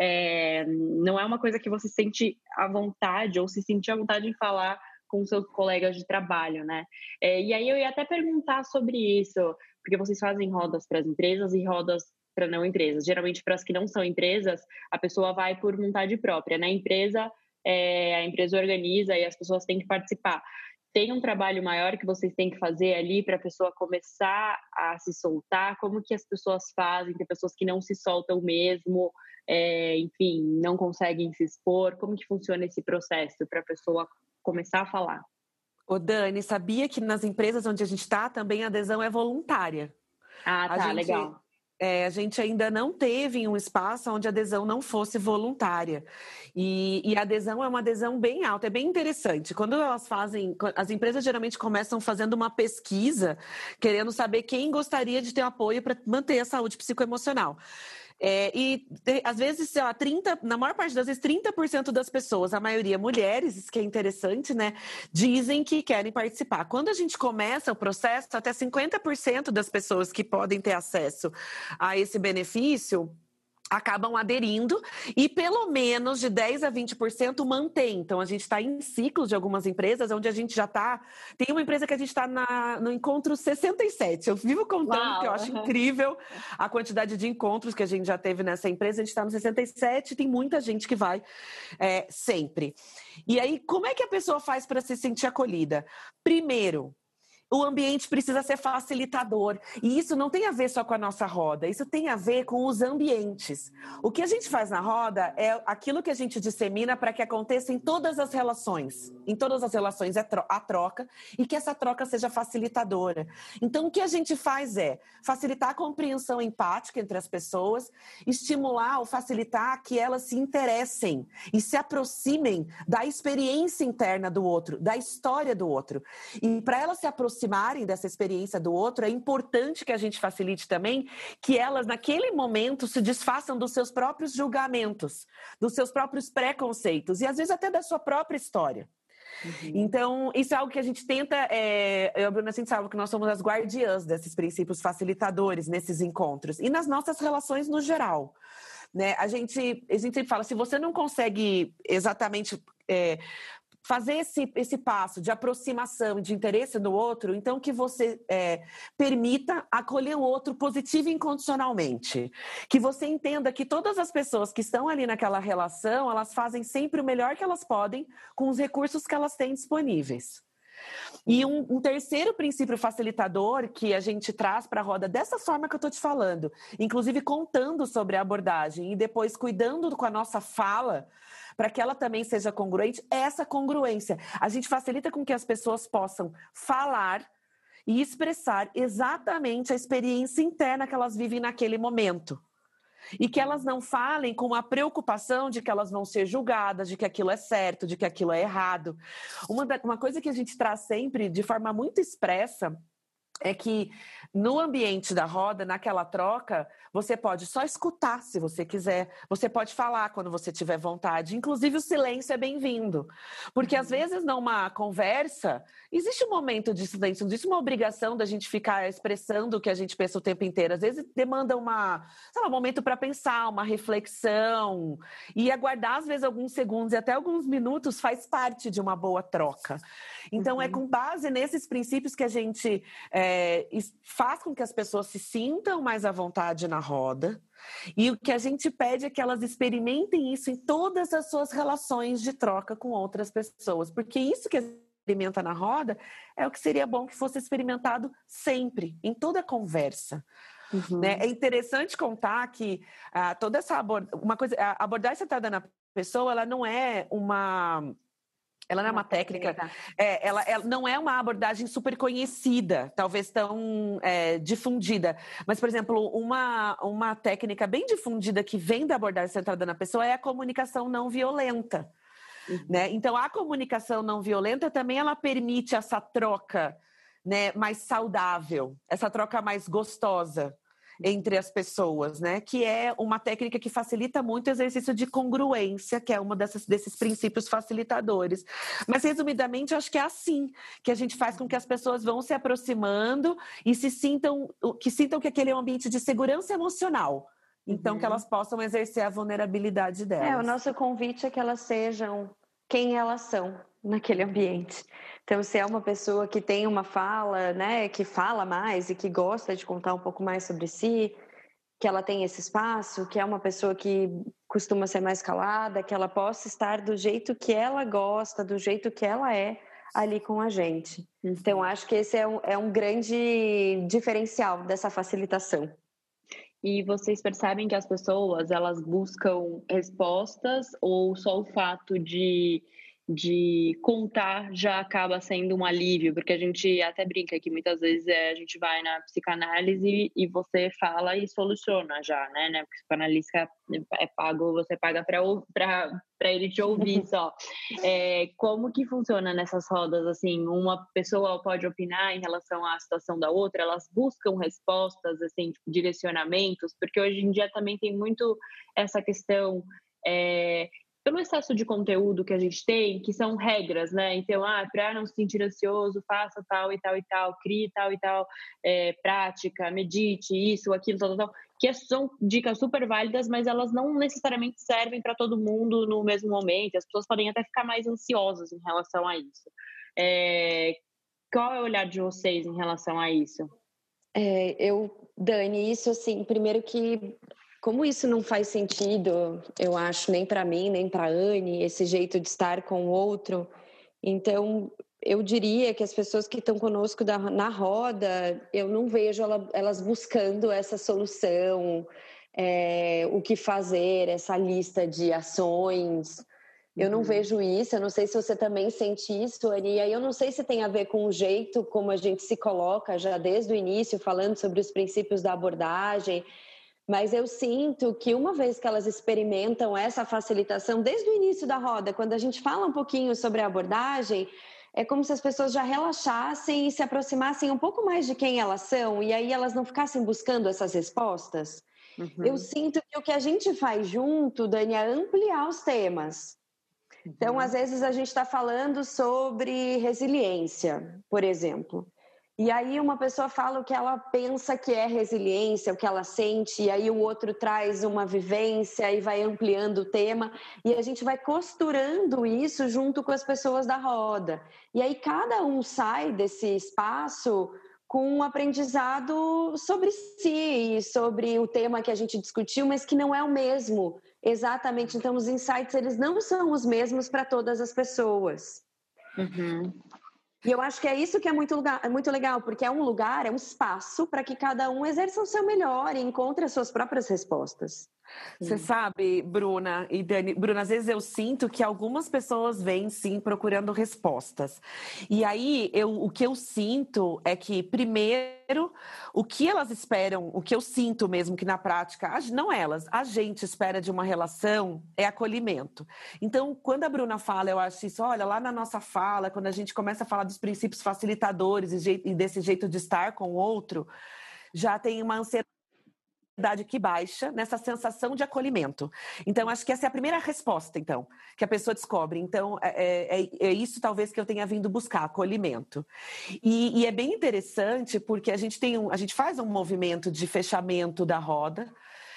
é, não é uma coisa que você sente à vontade ou se sentir à vontade em falar com seus colegas de trabalho, né? É, e aí eu ia até perguntar sobre isso, porque vocês fazem rodas para as empresas e rodas para não empresas. Geralmente, para as que não são empresas, a pessoa vai por vontade própria, né? A empresa, é, a empresa organiza e as pessoas têm que participar. Tem um trabalho maior que vocês têm que fazer ali para a pessoa começar a se soltar? Como que as pessoas fazem? Tem pessoas que não se soltam mesmo, é, enfim, não conseguem se expor. Como que funciona esse processo para a pessoa começar a falar? Ô Dani, sabia que nas empresas onde a gente está também a adesão é voluntária? Ah, tá, a gente... legal. É, a gente ainda não teve um espaço onde a adesão não fosse voluntária. E, e a adesão é uma adesão bem alta, é bem interessante. Quando elas fazem, as empresas geralmente começam fazendo uma pesquisa, querendo saber quem gostaria de ter apoio para manter a saúde psicoemocional. É, e às vezes, sei lá, trinta, na maior parte das vezes, trinta por cento das pessoas, a maioria mulheres, isso que é interessante, né, dizem que querem participar. Quando a gente começa o processo, até cinquenta por cento das pessoas que podem ter acesso a esse benefício acabam aderindo e pelo menos de dez a vinte por cento mantém. Então, a gente está em ciclos de algumas empresas onde a gente já está... Tem uma empresa que a gente está no encontro sessenta e sete. Eu vivo contando, Uau. que eu acho incrível a quantidade de encontros que a gente já teve nessa empresa. A gente está no sessenta e sete e tem muita gente que vai é, sempre. E aí, como é que a pessoa faz para se sentir acolhida? Primeiro, o ambiente precisa ser facilitador. E isso não tem a ver só com a nossa roda, isso tem a ver com os ambientes. O que a gente faz na roda é aquilo que a gente dissemina para que aconteça em todas as relações. Em todas as relações é a troca e que essa troca seja facilitadora. Então, o que a gente faz é facilitar a compreensão empática entre as pessoas, estimular ou facilitar que elas se interessem e se aproximem da experiência interna do outro, da história do outro. E para elas se aproximarem aproximarem dessa experiência do outro, é importante que a gente facilite também que elas, naquele momento, se desfaçam dos seus próprios julgamentos, dos seus próprios preconceitos e, às vezes, até da sua própria história. Uhum. Então, isso é algo que a gente tenta... É, eu e a Bruna, a gente sabe que nós somos as guardiãs desses princípios facilitadores nesses encontros e nas nossas relações no geral. Né? A gente, a gente sempre fala, se você não consegue exatamente... É, fazer esse, esse passo de aproximação e de interesse no outro, então que você é, permita acolher o outro positivo e incondicionalmente. Que você entenda que todas as pessoas que estão ali naquela relação, elas fazem sempre o melhor que elas podem com os recursos que elas têm disponíveis. E um, um terceiro princípio facilitador que a gente traz para a roda dessa forma que eu estou te falando, inclusive contando sobre a abordagem e depois cuidando com a nossa fala, para que ela também seja congruente, é essa congruência. A gente facilita com que as pessoas possam falar e expressar exatamente a experiência interna que elas vivem naquele momento. E que elas não falem com a preocupação de que elas vão ser julgadas, de que aquilo é certo, de que aquilo é errado. Uma, da, uma coisa que a gente traz sempre de forma muito expressa é que no ambiente da roda, naquela troca, você pode só escutar se você quiser, você pode falar quando você tiver vontade, inclusive o silêncio é bem-vindo, porque às vezes numa conversa, existe um momento de silêncio, não existe uma obrigação da gente ficar expressando o que a gente pensa o tempo inteiro, às vezes demanda uma, sei lá, um momento para pensar, uma reflexão, e aguardar às vezes alguns segundos e até alguns minutos faz parte de uma boa troca. Então uhum. é com base nesses princípios que a gente é, faz com que as pessoas se sintam mais à vontade na roda, e o que a gente pede é que elas experimentem isso em todas as suas relações de troca com outras pessoas, porque isso que experimenta na roda é o que seria bom que fosse experimentado sempre, em toda conversa. Uhum. Né? É interessante contar que ah, toda essa abordagem, uma coisa, a abordagem centrada na pessoa, ela não é uma... Ela não é uma, uma técnica, técnica. É, ela, ela não é uma abordagem super conhecida, talvez tão é, difundida. Mas, por exemplo, uma, uma técnica bem difundida que vem da abordagem centrada na pessoa é a comunicação não violenta. Uhum. Né? Então, a comunicação não violenta também ela permite essa troca, né, mais saudável, essa troca mais gostosa entre as pessoas, né? Que é uma técnica que facilita muito o exercício de congruência, que é um desses princípios facilitadores. Mas, resumidamente, eu acho que é assim que a gente faz com que as pessoas vão se aproximando e se sintam, que sintam que aquele é um ambiente de segurança emocional. Então, uhum. que elas possam exercer a vulnerabilidade delas. É, o nosso convite é que elas sejam quem elas são naquele ambiente. Então, se é uma pessoa que tem uma fala, né, que fala mais e que gosta de contar um pouco mais sobre si, que ela tem esse espaço, que é uma pessoa que costuma ser mais calada, que ela possa estar do jeito que ela gosta, do jeito que ela é ali com a gente. Uhum. Então, acho que esse é um, é um grande diferencial dessa facilitação. E vocês percebem que as pessoas, elas buscam respostas ou só o fato de... de contar já acaba sendo um alívio, porque a gente até brinca que muitas vezes é, a gente vai na psicanálise e você fala e soluciona já, né, né? Porque o psicanalista é pago, você paga para ele te ouvir só. É, como que funciona nessas rodas, assim, uma pessoa pode opinar em relação à situação da outra, elas buscam respostas, assim, tipo, direcionamentos, porque hoje em dia também tem muito essa questão... É, pelo excesso de conteúdo que a gente tem, que são regras, né? Então, ah, para não se sentir ansioso, faça tal e tal e tal, crie tal e tal é, prática, medite, isso, aquilo, tal, tal, tal, que são dicas super válidas, mas elas não necessariamente servem para todo mundo no mesmo momento. As pessoas podem até ficar mais ansiosas em relação a isso. É, qual é o olhar de vocês em relação a isso? É, eu, Dani, isso assim, primeiro que... Como isso não faz sentido, eu acho, nem para mim, nem para a Anne, esse jeito de estar com o outro. Então, eu diria que as pessoas que estão conosco na roda, eu não vejo elas buscando essa solução, é, o que fazer, essa lista de ações. Eu não uhum. vejo isso, eu não sei se você também sente isso, Anne. E aí eu não sei se tem a ver com o jeito como a gente se coloca já desde o início, falando sobre os princípios da abordagem. Mas eu sinto que uma vez que elas experimentam essa facilitação, desde o início da roda, quando a gente fala um pouquinho sobre a abordagem, é como se as pessoas já relaxassem e se aproximassem um pouco mais de quem elas são, e aí elas não ficassem buscando essas respostas. Uhum. Eu sinto que o que a gente faz junto, Dani, é ampliar os temas. Uhum. Então, às vezes a gente está falando sobre resiliência, por exemplo. E aí uma pessoa fala o que ela pensa que é resiliência, o que ela sente, e aí o outro traz uma vivência e vai ampliando o tema, e a gente vai costurando isso junto com as pessoas da roda. E aí cada um sai desse espaço com um aprendizado sobre si, sobre o tema que a gente discutiu, mas que não é o mesmo exatamente. Então os insights, eles não são os mesmos para todas as pessoas. Uhum. E eu acho que é isso que é muito, lugar, é muito legal, porque é um lugar, é um espaço para que cada um exerça o seu melhor e encontre as suas próprias respostas. Você sabe, Bruna e Dani, Bruna, às vezes eu sinto que algumas pessoas vêm sim procurando respostas. E aí eu, o que eu sinto é que, primeiro, o que elas esperam, o que eu sinto mesmo que na prática, não elas, a gente espera de uma relação é acolhimento. Então, quando a Bruna fala, eu acho isso, olha, lá na nossa fala, quando a gente começa a falar dos princípios facilitadores e, jeito, e desse jeito de estar com o outro, já tem uma ansiedade que baixa nessa sensação de acolhimento. Então, acho que essa é a primeira resposta, então, que a pessoa descobre. Então, é, é, é isso talvez que eu tenha vindo buscar, acolhimento. E, e é bem interessante porque a gente, tem um, a gente faz um movimento de fechamento da roda,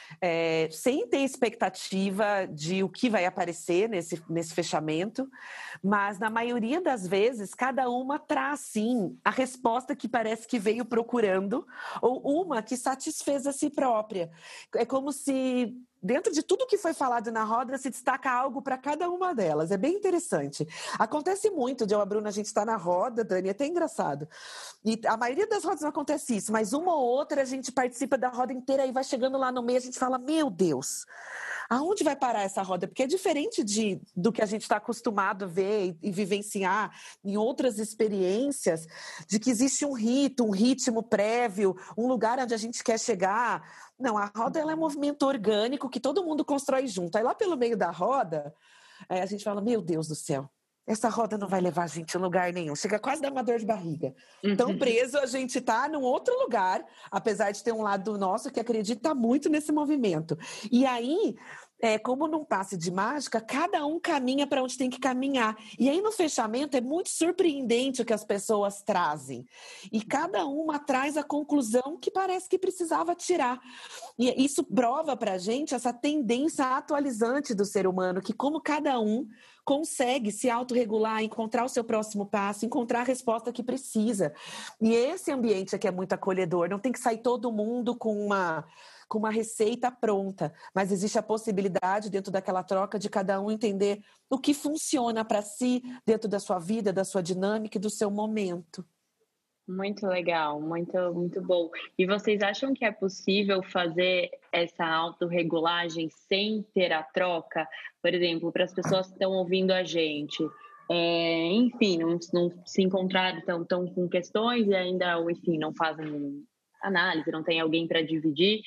É, sem ter expectativa de o que vai aparecer nesse, nesse fechamento, mas na maioria das vezes, cada uma traz sim a resposta que parece que veio procurando, ou uma que satisfez a si própria. É como se dentro de tudo que foi falado na roda se destaca algo para cada uma delas. É bem interessante. Acontece muito de eu e a Bruna, a gente está na roda, Dani, é até engraçado. E a maioria das rodas não acontece isso, mas uma ou outra a gente participa da roda inteira e vai chegando lá no meio, a gente fala, meu Deus, aonde vai parar essa roda? Porque é diferente de, do que a gente está acostumado a ver e, e vivenciar em outras experiências, de que existe um rito, um ritmo prévio, um lugar onde a gente quer chegar. Não, a roda ela é um movimento orgânico que todo mundo constrói junto. Aí lá pelo meio da roda, a gente fala, meu Deus do céu, essa roda não vai levar a gente a lugar nenhum. Chega quase a dar uma dor de barriga. Uhum. Tão preso, a gente tá num outro lugar, apesar de ter um lado nosso que acredita muito nesse movimento. E aí, é, como num passe de mágica, cada um caminha para onde tem que caminhar. E aí no fechamento é muito surpreendente o que as pessoas trazem. E cada uma traz a conclusão que parece que precisava tirar. E isso prova para a gente essa tendência atualizante do ser humano, que como cada um consegue se autorregular, encontrar o seu próximo passo, encontrar a resposta que precisa. E esse ambiente aqui é muito acolhedor, não tem que sair todo mundo com uma, com uma receita pronta, mas existe a possibilidade dentro daquela troca de cada um entender o que funciona para si, dentro da sua vida, da sua dinâmica e do seu momento. Muito legal, muito, muito bom. E vocês acham que é possível fazer essa autorregulagem sem ter a troca? Por exemplo, para as pessoas que estão ouvindo a gente, é, enfim, não, não se encontraram, estão, estão com questões e ainda, enfim, não fazem análise, não tem alguém para dividir.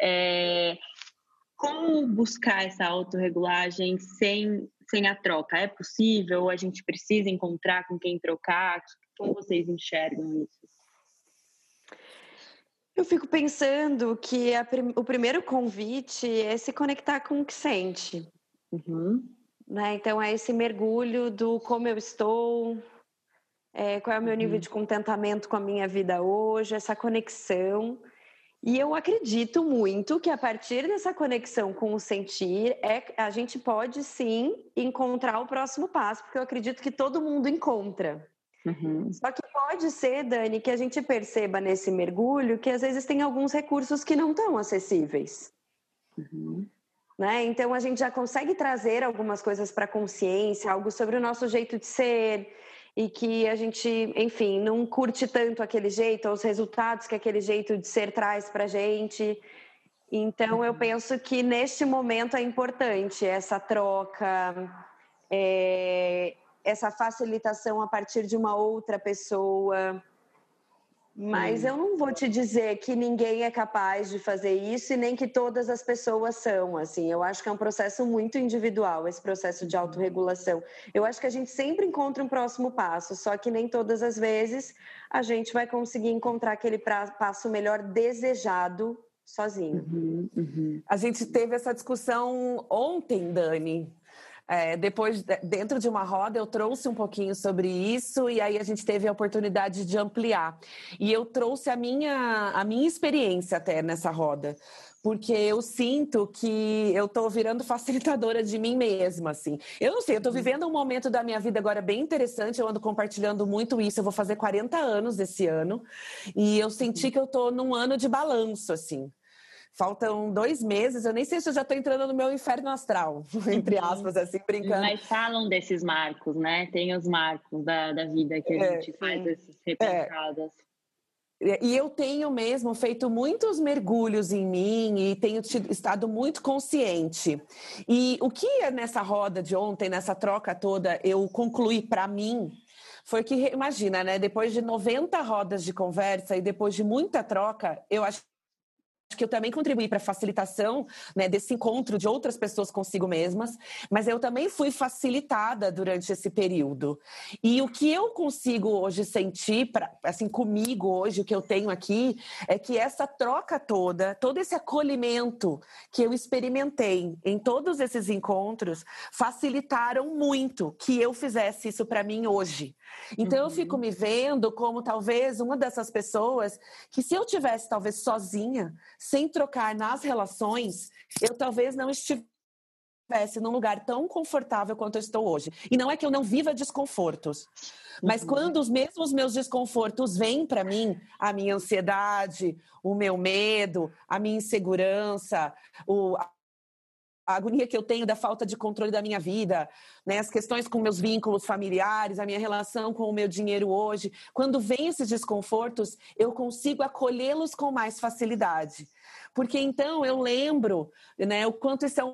É, como buscar essa autorregulagem sem, sem a troca? É possível? A gente precisa encontrar com quem trocar? Como vocês enxergam isso? Eu fico pensando que a, o primeiro convite é se conectar com o que sente. Uhum. Né? Então, é esse mergulho do como eu estou, é, qual é o meu uhum. nível de contentamento com a minha vida hoje, essa conexão. E eu acredito muito que a partir dessa conexão com o sentir, é, a gente pode sim encontrar o próximo passo, porque eu acredito que todo mundo encontra. Uhum. Só que pode ser, Dani, que a gente perceba nesse mergulho que às vezes tem alguns recursos que não estão acessíveis. Uhum. Né? Então a gente já consegue trazer algumas coisas para a consciência, algo sobre o nosso jeito de ser e que a gente, enfim, não curte tanto aquele jeito, ou os resultados que aquele jeito de ser traz para a gente. Então uhum. eu penso que neste momento é importante essa troca, é... essa facilitação a partir de uma outra pessoa. Mas hum. eu não vou te dizer que ninguém é capaz de fazer isso e nem que todas as pessoas são, assim. Eu acho que é um processo muito individual, esse processo de autorregulação. Eu acho que a gente sempre encontra um próximo passo, só que nem todas as vezes a gente vai conseguir encontrar aquele passo melhor desejado sozinho. Uhum, uhum. A gente teve essa discussão ontem, Dani. É, depois, dentro de uma roda, eu trouxe um pouquinho sobre isso e aí a gente teve a oportunidade de ampliar. E eu trouxe a minha, a minha experiência até nessa roda, porque eu sinto que eu tô virando facilitadora de mim mesma, assim. Eu não sei, eu tô vivendo um momento da minha vida agora bem interessante, eu ando compartilhando muito isso, eu vou fazer quarenta anos esse ano, e eu senti que eu tô num ano de balanço, assim. Faltam dois meses, eu nem sei se eu já estou entrando no meu inferno astral, entre aspas, assim, brincando. Mas falam desses marcos, né? Tem os marcos da, da vida que a é, gente faz, esses repensadas. E eu tenho mesmo feito muitos mergulhos em mim e tenho tido, estado muito consciente. E o que nessa roda de ontem, nessa troca toda, eu concluí para mim, foi que, imagina, né? Depois de noventa rodas de conversa e depois de muita troca, eu acho que eu também contribuí para a facilitação, né, desse encontro de outras pessoas consigo mesmas, mas eu também fui facilitada durante esse período. E o que eu consigo hoje sentir, pra, assim, comigo hoje, o que eu tenho aqui, é que essa troca toda, todo esse acolhimento que eu experimentei em todos esses encontros, facilitaram muito que eu fizesse isso para mim hoje. Então uhum. eu fico me vendo como talvez uma dessas pessoas que, se eu tivesse talvez sozinha, sem trocar nas relações, eu talvez não estivesse num lugar tão confortável quanto eu estou hoje. E não é que eu não viva desconfortos, mas uhum. quando os mesmos meus desconfortos vêm para mim, a minha ansiedade, o meu medo, a minha insegurança, o... a agonia que eu tenho da falta de controle da minha vida, né? As questões com meus vínculos familiares, a minha relação com o meu dinheiro hoje. Quando vem esses desconfortos, eu consigo acolhê-los com mais facilidade. Porque então eu lembro, né, o quanto isso é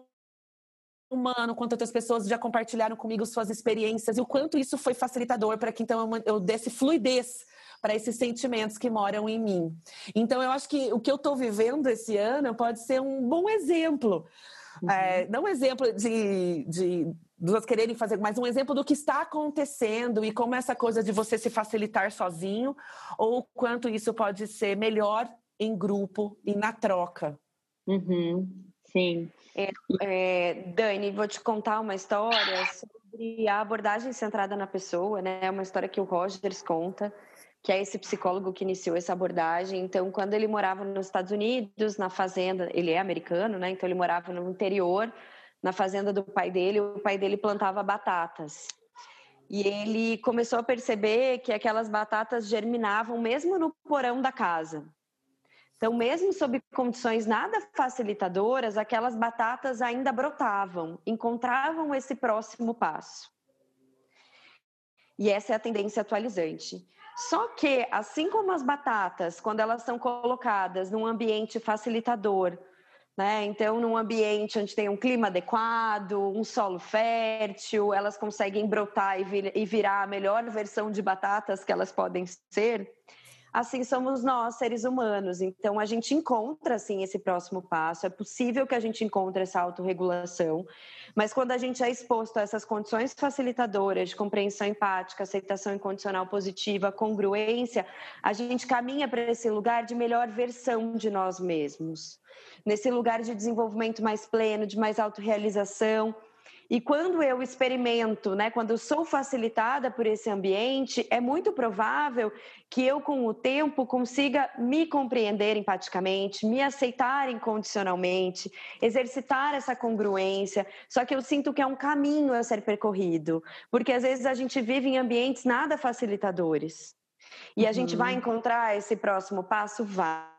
humano, quanto outras pessoas já compartilharam comigo suas experiências e o quanto isso foi facilitador para que então eu, eu desse fluidez para esses sentimentos que moram em mim. Então eu acho que o que eu estou vivendo esse ano pode ser um bom exemplo. Uhum. É, não um exemplo de, de duas quererem fazer, mas um exemplo do que está acontecendo e como essa coisa de você se facilitar sozinho ou quanto isso pode ser melhor em grupo e na troca. Uhum. Sim. É, é, Dani, vou te contar uma história sobre a abordagem centrada na pessoa, né? É uma história que o Rogers conta, que é esse psicólogo que iniciou essa abordagem. Então, quando ele morava nos Estados Unidos, na fazenda, ele é americano, né? Então ele morava no interior, na fazenda do pai dele, o pai dele plantava batatas. E ele começou a perceber que aquelas batatas germinavam mesmo no porão da casa. Então, mesmo sob condições nada facilitadoras, aquelas batatas ainda brotavam, encontravam esse próximo passo. E essa é a tendência atualizante. Só que, assim como as batatas, quando elas são colocadas num ambiente facilitador, né? Então, num ambiente onde tem um clima adequado, um solo fértil, elas conseguem brotar e, vir, e virar a melhor versão de batatas que elas podem ser. Assim somos nós, seres humanos. Então, a gente encontra, assim, esse próximo passo. É possível que a gente encontre essa autorregulação. Mas quando a gente é exposto a essas condições facilitadoras de compreensão empática, aceitação incondicional positiva, congruência, a gente caminha para esse lugar de melhor versão de nós mesmos. Nesse lugar de desenvolvimento mais pleno, de mais autorrealização. E quando eu experimento, né, quando eu sou facilitada por esse ambiente, é muito provável que eu, com o tempo, consiga me compreender empaticamente, me aceitar incondicionalmente, exercitar essa congruência. Só que eu sinto que é um caminho a ser percorrido, porque às vezes a gente vive em ambientes nada facilitadores. E a uhum. gente vai encontrar esse próximo passo? Vai.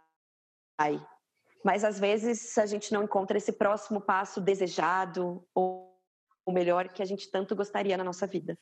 Mas às vezes a gente não encontra esse próximo passo desejado ou o melhor que a gente tanto gostaria na nossa vida.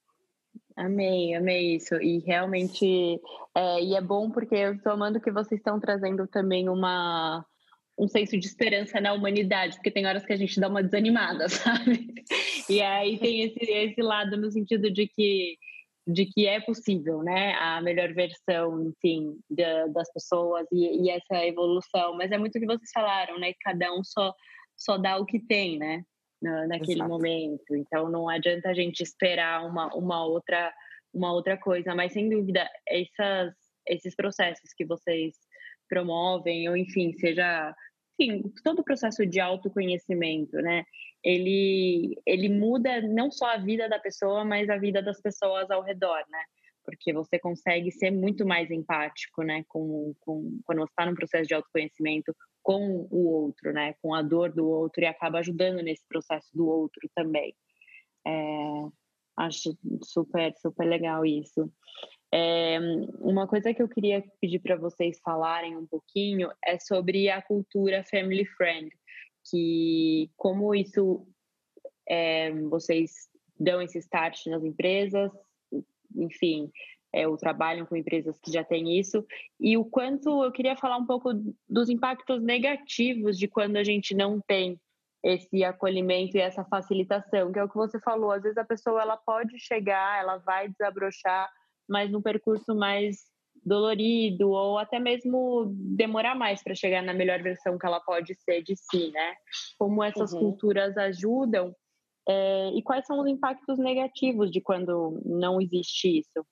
Amei, amei isso. E realmente, é, e é bom porque eu estou amando que vocês estão trazendo também uma, um senso de esperança na humanidade, porque tem horas que a gente dá uma desanimada, sabe? E aí tem esse, esse lado no sentido de que, de que é possível, né? A melhor versão, enfim, da, das pessoas e, e essa evolução. Mas é muito o que vocês falaram, né? Cada um só, só dá o que tem, né? Naquele Exato. Momento, então não adianta a gente esperar uma, uma, outra, uma outra coisa, mas sem dúvida essas, esses processos que vocês promovem, ou enfim, seja, enfim, todo o processo de autoconhecimento, né, ele, ele muda não só a vida da pessoa, mas a vida das pessoas ao redor, né, porque você consegue ser muito mais empático, né, com, com, quando você está num processo de autoconhecimento com o outro, né, com a dor do outro e acaba ajudando nesse processo do outro também. É, acho super, super legal isso. É, uma coisa que eu queria pedir para vocês falarem um pouquinho é sobre a cultura family friend, que como isso, é, vocês dão esse start nas empresas, enfim, é, ou trabalham com empresas que já têm isso, e o quanto eu queria falar um pouco dos impactos negativos de quando a gente não tem esse acolhimento e essa facilitação, que é o que você falou, às vezes a pessoa ela pode chegar, ela vai desabrochar, mas num percurso mais dolorido, ou até mesmo demorar mais para chegar na melhor versão que ela pode ser de si, né? Como essas uhum. culturas ajudam, é, e quais são os impactos negativos de quando não existe isso?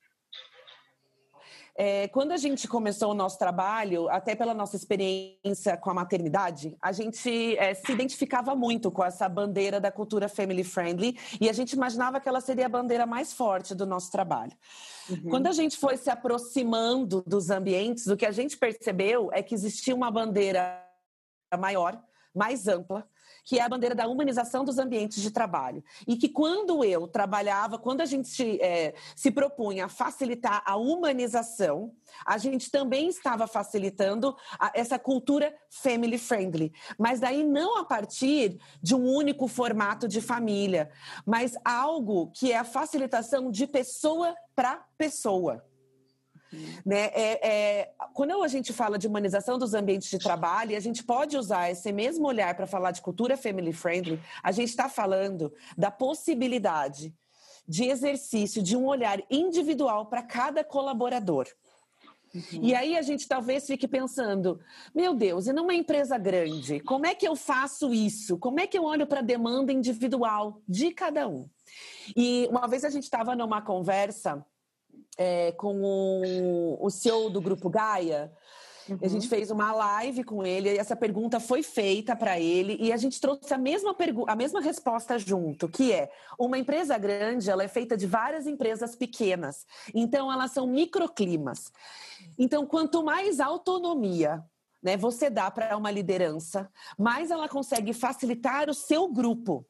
É, quando a gente começou o nosso trabalho, até pela nossa experiência com a maternidade, a gente é, se identificava muito com essa bandeira da cultura family friendly e a gente imaginava que ela seria a bandeira mais forte do nosso trabalho. Uhum. Quando a gente foi se aproximando dos ambientes, o que a gente percebeu é que existia uma bandeira maior, mais ampla, que é a bandeira da humanização dos ambientes de trabalho. E que quando eu trabalhava, quando a gente é, se propunha a facilitar a humanização, a gente também estava facilitando a, essa cultura family friendly. Mas daí não a partir de um único formato de família, mas algo que é a facilitação de pessoa para pessoa. Né? É, é, quando a gente fala de humanização dos ambientes de trabalho, e a gente pode usar esse mesmo olhar para falar de cultura family friendly, a gente está falando da possibilidade de exercício de um olhar individual para cada colaborador. Uhum. E aí a gente talvez fique pensando, meu Deus, e numa empresa grande, como é que eu faço isso? Como é que eu olho para a demanda individual de cada um? E uma vez a gente estava numa conversa É, com o, o C E O do Grupo Gaia, uhum. a gente fez uma live com ele, e essa pergunta foi feita para ele, e a gente trouxe a mesma, pergu- a mesma resposta junto, que é, uma empresa grande, ela é feita de várias empresas pequenas, então elas são microclimas. Então, quanto mais autonomia, né, você dá para uma liderança, mais ela consegue facilitar o seu grupo.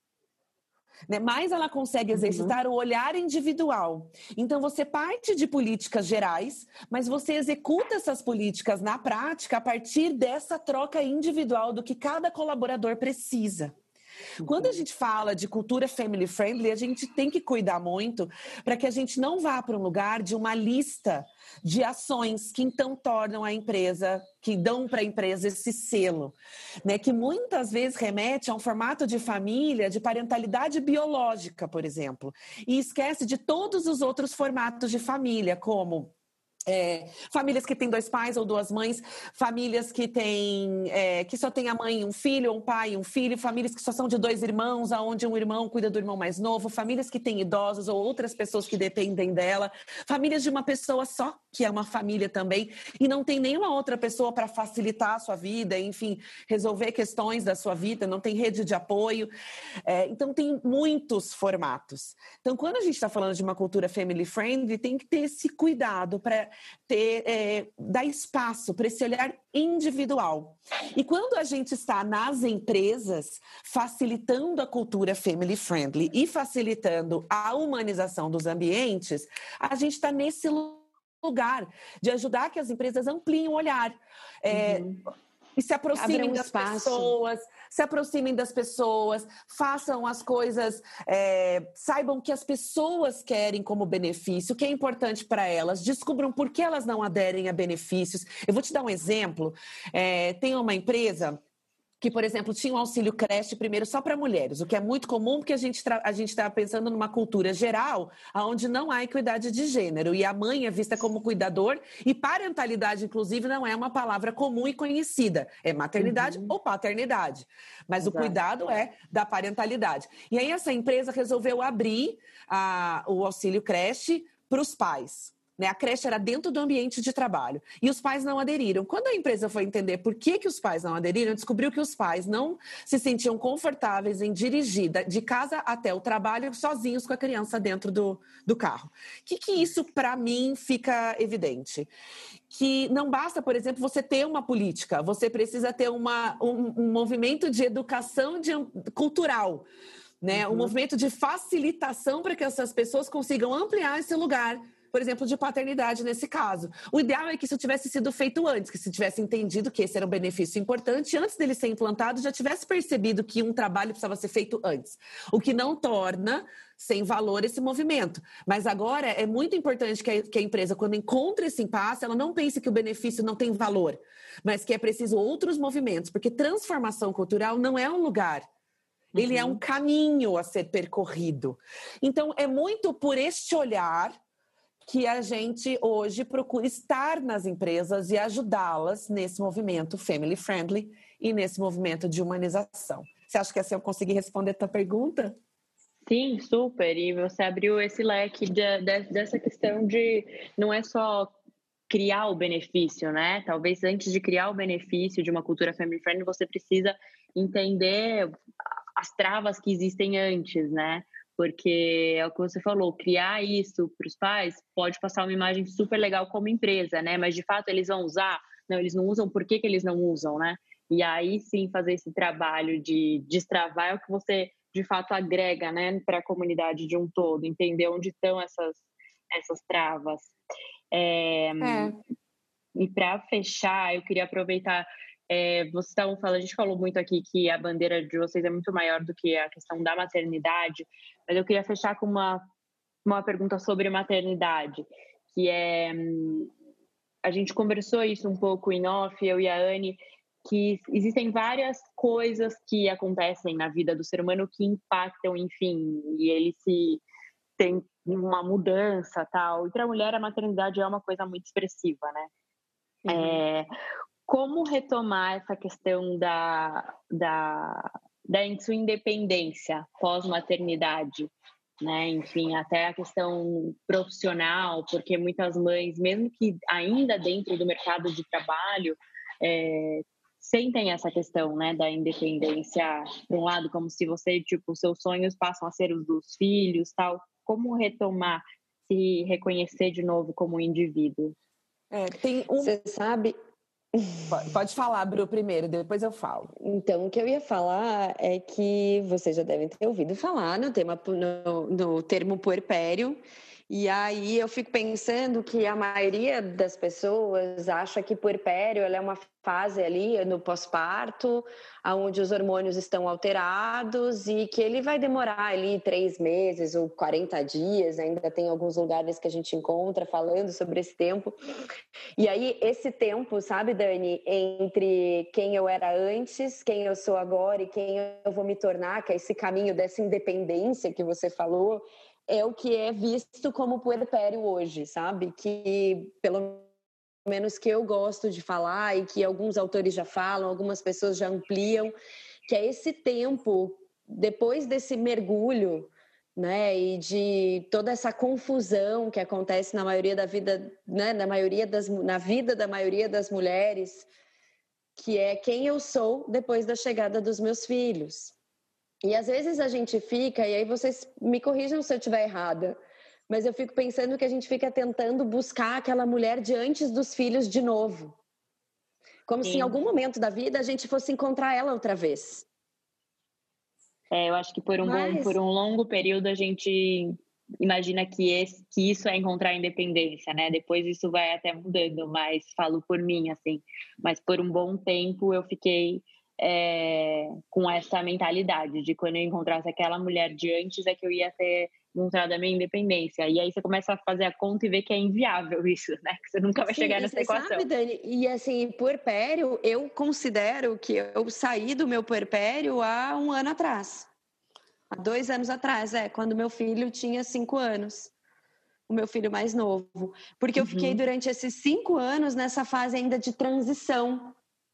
Né? Mais ela consegue exercitar uhum. o olhar individual. Então, você parte de políticas gerais, mas você executa essas políticas na prática a partir dessa troca individual do que cada colaborador precisa. Uhum. Quando a gente fala de cultura family friendly, a gente tem que cuidar muito para que a gente não vá para um lugar de uma lista de ações que então tornam a empresa, que dão para a empresa esse selo, né? Que muitas vezes remete a um formato de família, de parentalidade biológica, por exemplo, e esquece de todos os outros formatos de família, como É, famílias que têm dois pais ou duas mães, famílias que têm, é, que só tem a mãe e um filho, ou um pai e um filho, famílias que só são de dois irmãos, onde um irmão cuida do irmão mais novo, famílias que têm idosos ou outras pessoas que dependem dela, famílias de uma pessoa só, que é uma família também, e não tem nenhuma outra pessoa para facilitar a sua vida, enfim, resolver questões da sua vida, não tem rede de apoio. É, então, tem muitos formatos. Então, quando a gente está falando de uma cultura family friendly, tem que ter esse cuidado para ter, é, dar espaço para esse olhar individual. E quando a gente está nas empresas facilitando a cultura family friendly e facilitando a humanização dos ambientes, a gente está nesse lugar de ajudar que as empresas ampliem o olhar. É, uhum. E se aproximem um das espaço. pessoas, se aproximem das pessoas, façam as coisas, é, saibam que as pessoas querem como benefício, o que é importante para elas, descubram por que elas não aderem a benefícios. Eu vou te dar um exemplo. É, tem uma empresa que, por exemplo, tinha um auxílio creche primeiro só para mulheres, o que é muito comum porque a gente tra- a gente está pensando numa cultura geral onde não há equidade de gênero e a mãe é vista como cuidador e parentalidade, inclusive, não é uma palavra comum e conhecida. É maternidade uhum. ou paternidade, mas Exato. O cuidado é da parentalidade. E aí essa empresa resolveu abrir a, o auxílio creche para os pais. Né? A creche era dentro do ambiente de trabalho. E os pais não aderiram. Quando a empresa foi entender por que, que os pais não aderiram, descobriu que os pais não se sentiam confortáveis em dirigir de casa até o trabalho sozinhos com a criança dentro do, do carro. O que, que isso, para mim, fica evidente? Que não basta, por exemplo, você ter uma política. Você precisa ter uma, um, um movimento de educação de, cultural. Né? Uhum. Um movimento de facilitação para que essas pessoas consigam ampliar esse lugar por exemplo, de paternidade nesse caso. O ideal é que isso tivesse sido feito antes, que se tivesse entendido que esse era um benefício importante, antes dele ser implantado, já tivesse percebido que um trabalho precisava ser feito antes. O que não torna sem valor esse movimento. Mas agora é muito importante que a, que a empresa, quando encontra esse impasse, ela não pense que o benefício não tem valor, mas que é preciso outros movimentos, porque transformação cultural não é um lugar. Ele uhum. é um caminho a ser percorrido. Então, é muito por este olhar que a gente hoje procura estar nas empresas e ajudá-las nesse movimento family friendly e nesse movimento de humanização. Você acha que assim eu consegui responder a tua pergunta? Sim, super. E você abriu esse leque de, de, dessa questão de não é só criar o benefício, né? Talvez antes de criar o benefício de uma cultura family friendly, você precisa entender as travas que existem antes, né? Porque é o que você falou, criar isso para os pais pode passar uma imagem super legal como empresa, né? Mas de fato eles vão usar? Não, eles não usam, por que que eles não usam, né? E aí sim fazer esse trabalho de destravar é o que você de fato agrega, né, para a comunidade de um todo, entender onde estão essas, essas travas. É, é. E para fechar, eu queria aproveitar. É, vocês estavam falando, a gente falou muito aqui que a bandeira de vocês é muito maior do que a questão da maternidade, mas eu queria fechar com uma, uma pergunta sobre maternidade, que é, a gente conversou isso um pouco em off, eu e a Anne, que existem várias coisas que acontecem na vida do ser humano que impactam, enfim, e ele se tem uma mudança, tal, e para a mulher a maternidade é uma coisa muito expressiva, né? Uhum. É, como retomar essa questão da, da, da sua independência pós-maternidade, né? Enfim, até a questão profissional, porque muitas mães, mesmo que ainda dentro do mercado de trabalho, é, sentem essa questão, né, da independência, por um lado, como se você, tipo, seus sonhos passam a ser os dos filhos, tal. Como retomar, se reconhecer de novo como indivíduo? É, tem um... Você sabe... Pode falar, Bru, primeiro, depois eu falo. Então, o que eu ia falar é que vocês já devem ter ouvido falar no, tema, no, no termo puerpério, e aí eu fico pensando que a maioria das pessoas acha que puerpério ela é uma fase ali no pós-parto, onde os hormônios estão alterados e que ele vai demorar ali três meses ou quarenta dias, ainda tem alguns lugares que a gente encontra falando sobre esse tempo. E aí esse tempo, sabe, Dani, entre quem eu era antes, quem eu sou agora e quem eu vou me tornar, que é esse caminho dessa independência que você falou, é o que é visto como puerpério hoje, sabe? Que, pelo menos que eu gosto de falar e que alguns autores já falam, algumas pessoas já ampliam, que é esse tempo, depois desse mergulho, né? E de toda essa confusão que acontece na maioria da vida, né? Na maioria das, na vida da maioria das mulheres, que é quem eu sou depois da chegada dos meus filhos. E às vezes a gente fica, e aí vocês me corrijam se eu estiver errada, mas eu fico pensando que a gente fica tentando buscar aquela mulher de antes dos filhos de novo. Como Sim. se em algum momento da vida a gente fosse encontrar ela outra vez. É, eu acho que por um, mas... bom, por um longo período a gente imagina que, esse, que isso é encontrar a independência, né? Depois isso vai até mudando, mas falo por mim, assim. Mas por um bom tempo eu fiquei... É, com essa mentalidade de quando eu encontrasse aquela mulher de antes é que eu ia ter encontrado a minha independência. E aí você começa a fazer a conta e ver que é inviável isso, né? Que você nunca vai Sim, chegar nessa equação. Sabe, Dani? E assim, puerpério, eu considero que eu saí do meu puerpério há um ano atrás. Há dois anos atrás, é, quando meu filho tinha cinco anos. O meu filho mais novo. Porque eu uhum. fiquei durante esses cinco anos nessa fase ainda de transição.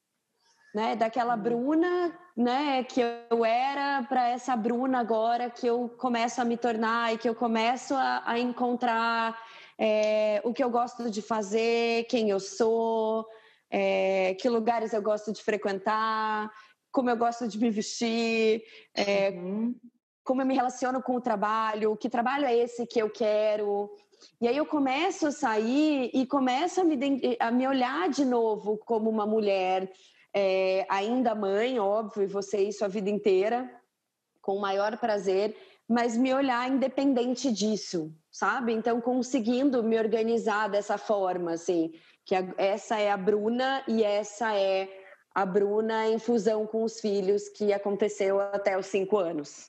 Né, daquela Bruna, né, que eu era para essa Bruna agora que eu começo a me tornar e que eu começo a, a encontrar é, o que eu gosto de fazer, quem eu sou, é, que lugares eu gosto de frequentar, como eu gosto de me vestir, é, uhum. como eu me relaciono com o trabalho, que trabalho é esse que eu quero. E aí eu começo a sair e começo a me, a me olhar de novo como uma mulher, É, ainda mãe, óbvio, e você isso a vida inteira, com o maior prazer, mas me olhar independente disso, sabe? Então, conseguindo me organizar dessa forma, assim, que a, essa é a Bruna e essa é a Bruna em fusão com os filhos, que aconteceu até os cinco anos.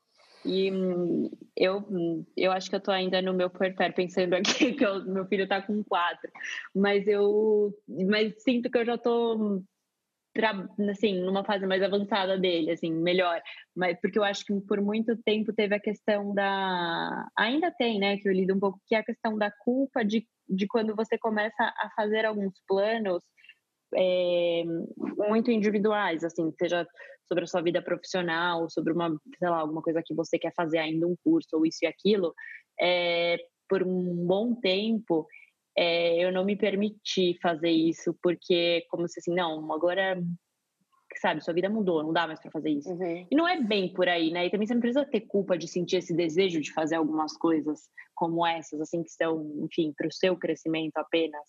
E eu, eu acho que eu tô ainda no meu puerpério, pensando aqui que o meu filho tá com quatro, mas eu mas sinto que eu já tô assim, numa fase mais avançada dele, assim, melhor, mas porque eu acho que por muito tempo teve a questão da, ainda tem, né, que eu lido um pouco, que é a questão da culpa de, de quando você começa a fazer alguns planos é, muito individuais, assim, seja sobre a sua vida profissional, sobre uma, sei lá, alguma coisa que você quer fazer ainda, um curso ou isso e aquilo, é, por um bom tempo é, eu não me permiti fazer isso, porque como se assim, não, agora, sabe, sua vida mudou, não dá mais pra fazer isso. Uhum. E não é bem por aí, né? E também você não precisa ter culpa de sentir esse desejo de fazer algumas coisas como essas, assim, que são, enfim, pro seu crescimento apenas.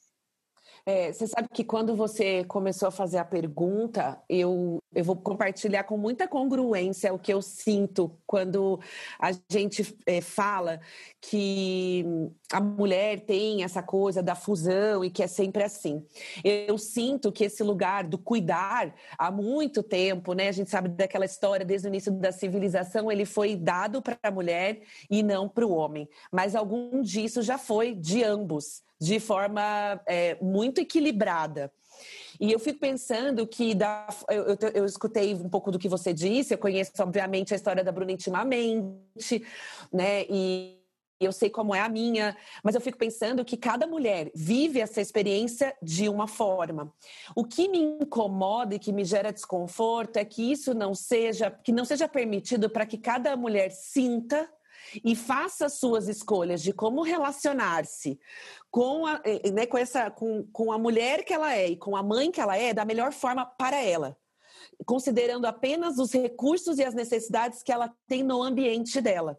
É, você sabe que quando você começou a fazer a pergunta, eu, eu vou compartilhar com muita congruência o que eu sinto quando a gente é, fala que a mulher tem essa coisa da fusão e que é sempre assim. Eu sinto que esse lugar do cuidar há muito tempo, né? A gente sabe daquela história desde o início da civilização, ele foi dado para a mulher e não para o homem. Mas algum disso já foi de ambos, de forma é, muito equilibrada. E eu fico pensando que, da, eu, eu, eu escutei um pouco do que você disse, eu conheço, obviamente, a história da Bruna intimamente, né, e eu sei como é a minha, mas eu fico pensando que cada mulher vive essa experiência de uma forma. O que me incomoda e que me gera desconforto é que isso não seja, que não seja permitido para que cada mulher sinta e faça suas escolhas de como relacionar-se com a, né, com, essa, com, com a mulher que ela é e com a mãe que ela é da melhor forma para ela, considerando apenas os recursos e as necessidades que ela tem no ambiente dela.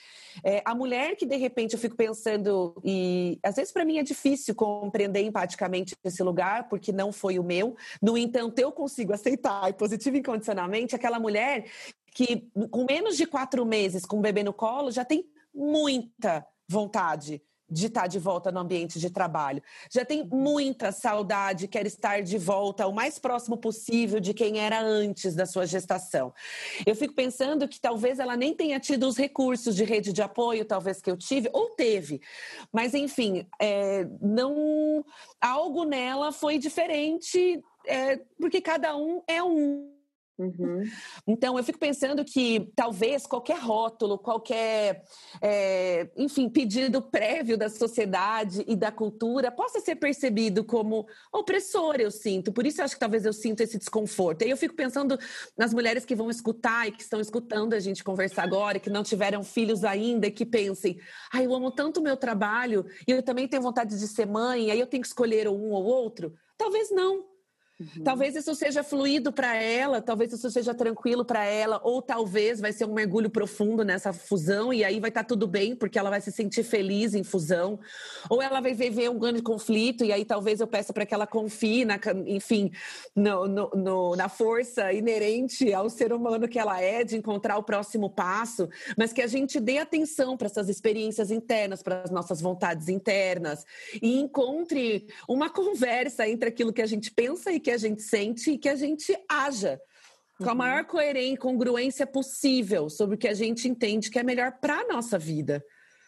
É, a mulher que, de repente, eu fico pensando, e às vezes para mim é difícil compreender empaticamente esse lugar, porque não foi o meu, no entanto, eu consigo aceitar positivo e incondicionalmente aquela mulher que, com menos de quatro meses, com o bebê no colo, já tem muita vontade de estar de volta no ambiente de trabalho. Já tem muita saudade, quer estar de volta o mais próximo possível de quem era antes da sua gestação. Eu fico pensando que talvez ela nem tenha tido os recursos de rede de apoio, talvez que eu tive, ou teve. Mas, enfim, é, não, algo nela foi diferente, é, porque cada um é um. Uhum. Então, eu fico pensando que talvez qualquer rótulo, qualquer, é, enfim, pedido prévio da sociedade e da cultura possa ser percebido como opressor, eu sinto. Por isso, eu acho que talvez eu sinto esse desconforto. E eu fico pensando nas mulheres que vão escutar e que estão escutando a gente conversar agora, que não tiveram filhos ainda e que pensem, ah, eu amo tanto o meu trabalho e eu também tenho vontade de ser mãe, aí eu tenho que escolher um ou outro. Talvez não. Uhum. Talvez isso seja fluido para ela, talvez isso seja tranquilo para ela, ou talvez vai ser um mergulho profundo nessa fusão e aí vai estar tá tudo bem, porque ela vai se sentir feliz em fusão, ou ela vai viver um grande conflito e aí talvez eu peça para que ela confie, na, enfim, no, no, no, na força inerente ao ser humano que ela é, de encontrar o próximo passo, mas que a gente dê atenção para essas experiências internas, para as nossas vontades internas e encontre uma conversa entre aquilo que a gente pensa e que a gente sente e que a gente haja com a maior coerência e congruência possível sobre o que a gente entende que é melhor para a nossa vida.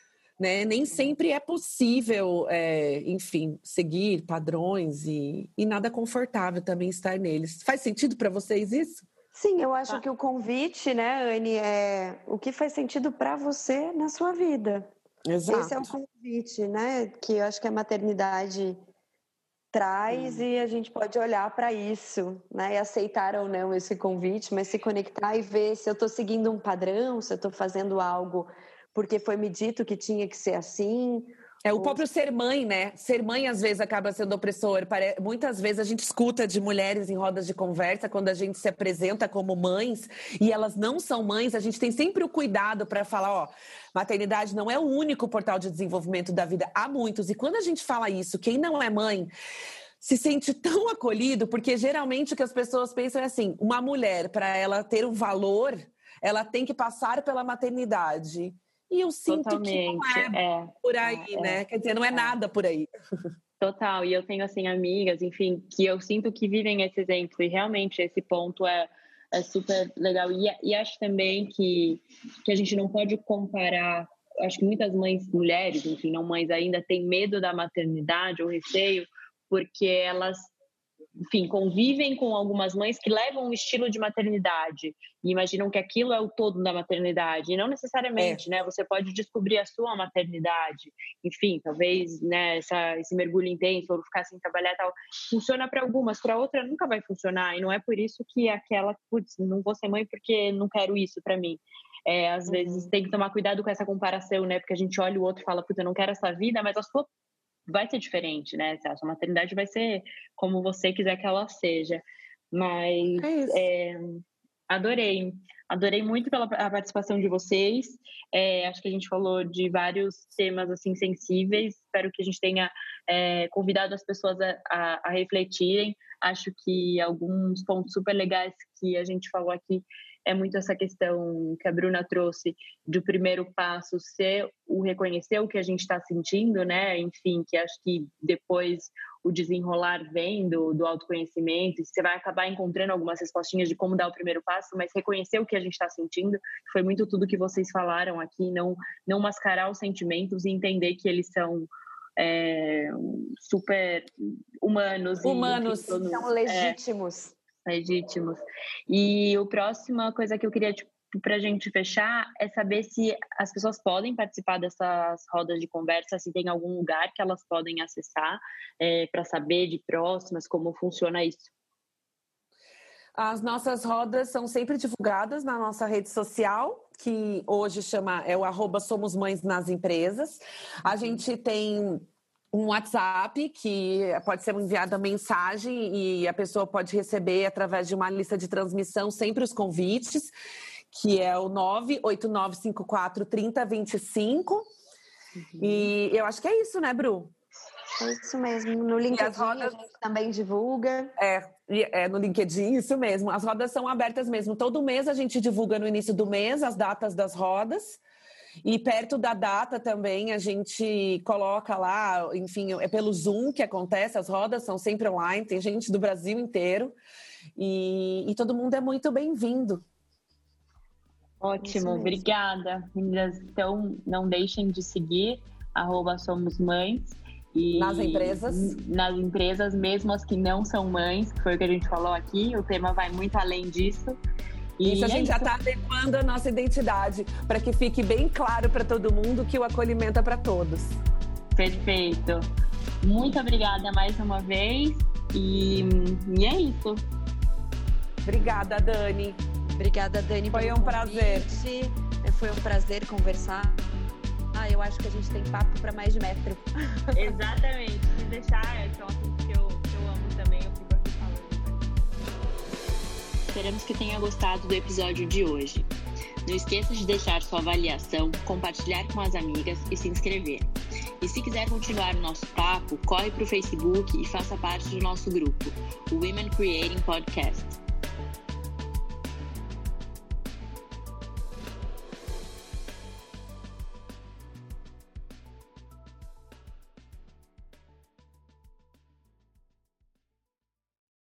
Né? Nem sempre é possível, é, enfim, seguir padrões e, e nada confortável também estar neles. Faz sentido para vocês isso? Sim, eu acho ah. que o convite, né, Anne, é o que faz sentido para você na sua vida. Exato. Esse é o convite, né, que eu acho que a maternidade traz hum. e a gente pode olhar para isso, né, e aceitar ou não esse convite, mas se conectar e ver se eu estou seguindo um padrão, se eu estou fazendo algo porque foi me dito que tinha que ser assim. É o próprio ser mãe, né? Ser mãe às vezes acaba sendo opressor. Muitas vezes a gente escuta de mulheres em rodas de conversa quando a gente se apresenta como mães e elas não são mães, a gente tem sempre o cuidado para falar, ó, maternidade não é o único portal de desenvolvimento da vida, há muitos. E quando a gente fala isso, quem não é mãe se sente tão acolhido, porque geralmente o que as pessoas pensam é assim, uma mulher, para ela ter um valor, ela tem que passar pela maternidade. E eu sinto Totalmente. que não é, é por aí, é, né? É. Quer dizer, não é, é nada por aí. Total. E eu tenho, assim, amigas, enfim, que eu sinto que vivem esse exemplo. E realmente esse ponto é, é super legal. E, e acho também que, que a gente não pode comparar. Acho que muitas mães, mulheres, enfim, não mães ainda, têm medo da maternidade ou receio, porque elas, enfim, convivem com algumas mães que levam um estilo de maternidade e imaginam que aquilo é o todo da maternidade, e não necessariamente, é. né? Você pode descobrir a sua maternidade, enfim, talvez, né, essa, esse mergulho intenso, ou ficar sem trabalhar e tal, funciona para algumas, para outra nunca vai funcionar, e não é por isso que aquela, putz, não vou ser mãe porque não quero isso para mim. É, às uhum. vezes tem que tomar cuidado com essa comparação, né? Porque a gente olha o outro e fala, puta, eu não quero essa vida, mas a sua vai ser diferente, né? A sua maternidade vai ser como você quiser que ela seja. Mas é é, adorei. Adorei muito pela a participação de vocês. É, acho que a gente falou de vários temas assim sensíveis. Espero que a gente tenha é, convidado as pessoas a, a, a refletirem. Acho que alguns pontos super legais que a gente falou aqui é muito essa questão que a Bruna trouxe de o primeiro passo ser o reconhecer o que a gente está sentindo, né? Enfim, que acho que depois o desenrolar vem do, do autoconhecimento, você vai acabar encontrando algumas respostinhas de como dar o primeiro passo, mas reconhecer o que a gente está sentindo, foi muito tudo que vocês falaram aqui, não, não mascarar os sentimentos e entender que eles são é, super humanos. Humanos, e, enfim, todos, são legítimos. É, legítimos. E a próxima coisa que eu queria, tipo, para a gente fechar, é saber se as pessoas podem participar dessas rodas de conversa, se tem algum lugar que elas podem acessar é, para saber de próximas como funciona isso. As nossas rodas são sempre divulgadas na nossa rede social, que hoje chama, é o arroba Somos Mães nas Empresas. A gente tem um WhatsApp que pode ser enviada mensagem e a pessoa pode receber através de uma lista de transmissão sempre os convites, que é o nove oito nove cinco quatro três zero dois cinco. Uhum. E eu acho que é isso, né, Bru? É isso mesmo. No LinkedIn rodas... a gente também divulga. É, é, no LinkedIn, isso mesmo. As rodas são abertas mesmo. Todo mês a gente divulga no início do mês as datas das rodas. E perto da data também a gente coloca lá, enfim, é pelo Zoom que acontece, as rodas são sempre online, tem gente do Brasil inteiro e, e todo mundo é muito bem-vindo. Ótimo, obrigada. Então, não deixem de seguir, arroba Somos Mães. E nas empresas. Nas empresas, mesmo as que não são mães, que foi o que a gente falou aqui, o tema vai muito além disso. E isso a gente é já está adequando a nossa identidade para que fique bem claro para todo mundo que o acolhimento é para todos. Perfeito. Muito obrigada mais uma vez e, e é isso. Obrigada, Dani. Obrigada, Dani. Foi um prazer. Foi um prazer conversar. Ah, eu acho que a gente tem papo para mais de metro. Exatamente. Se deixar, é um assunto que eu, que eu amo também, eu fico aqui falando. Esperamos que tenha gostado do episódio de hoje. Não esqueça de deixar sua avaliação, compartilhar com as amigas e se inscrever. E se quiser continuar o nosso papo, corre para o Facebook e faça parte do nosso grupo, o Women Creating Podcast.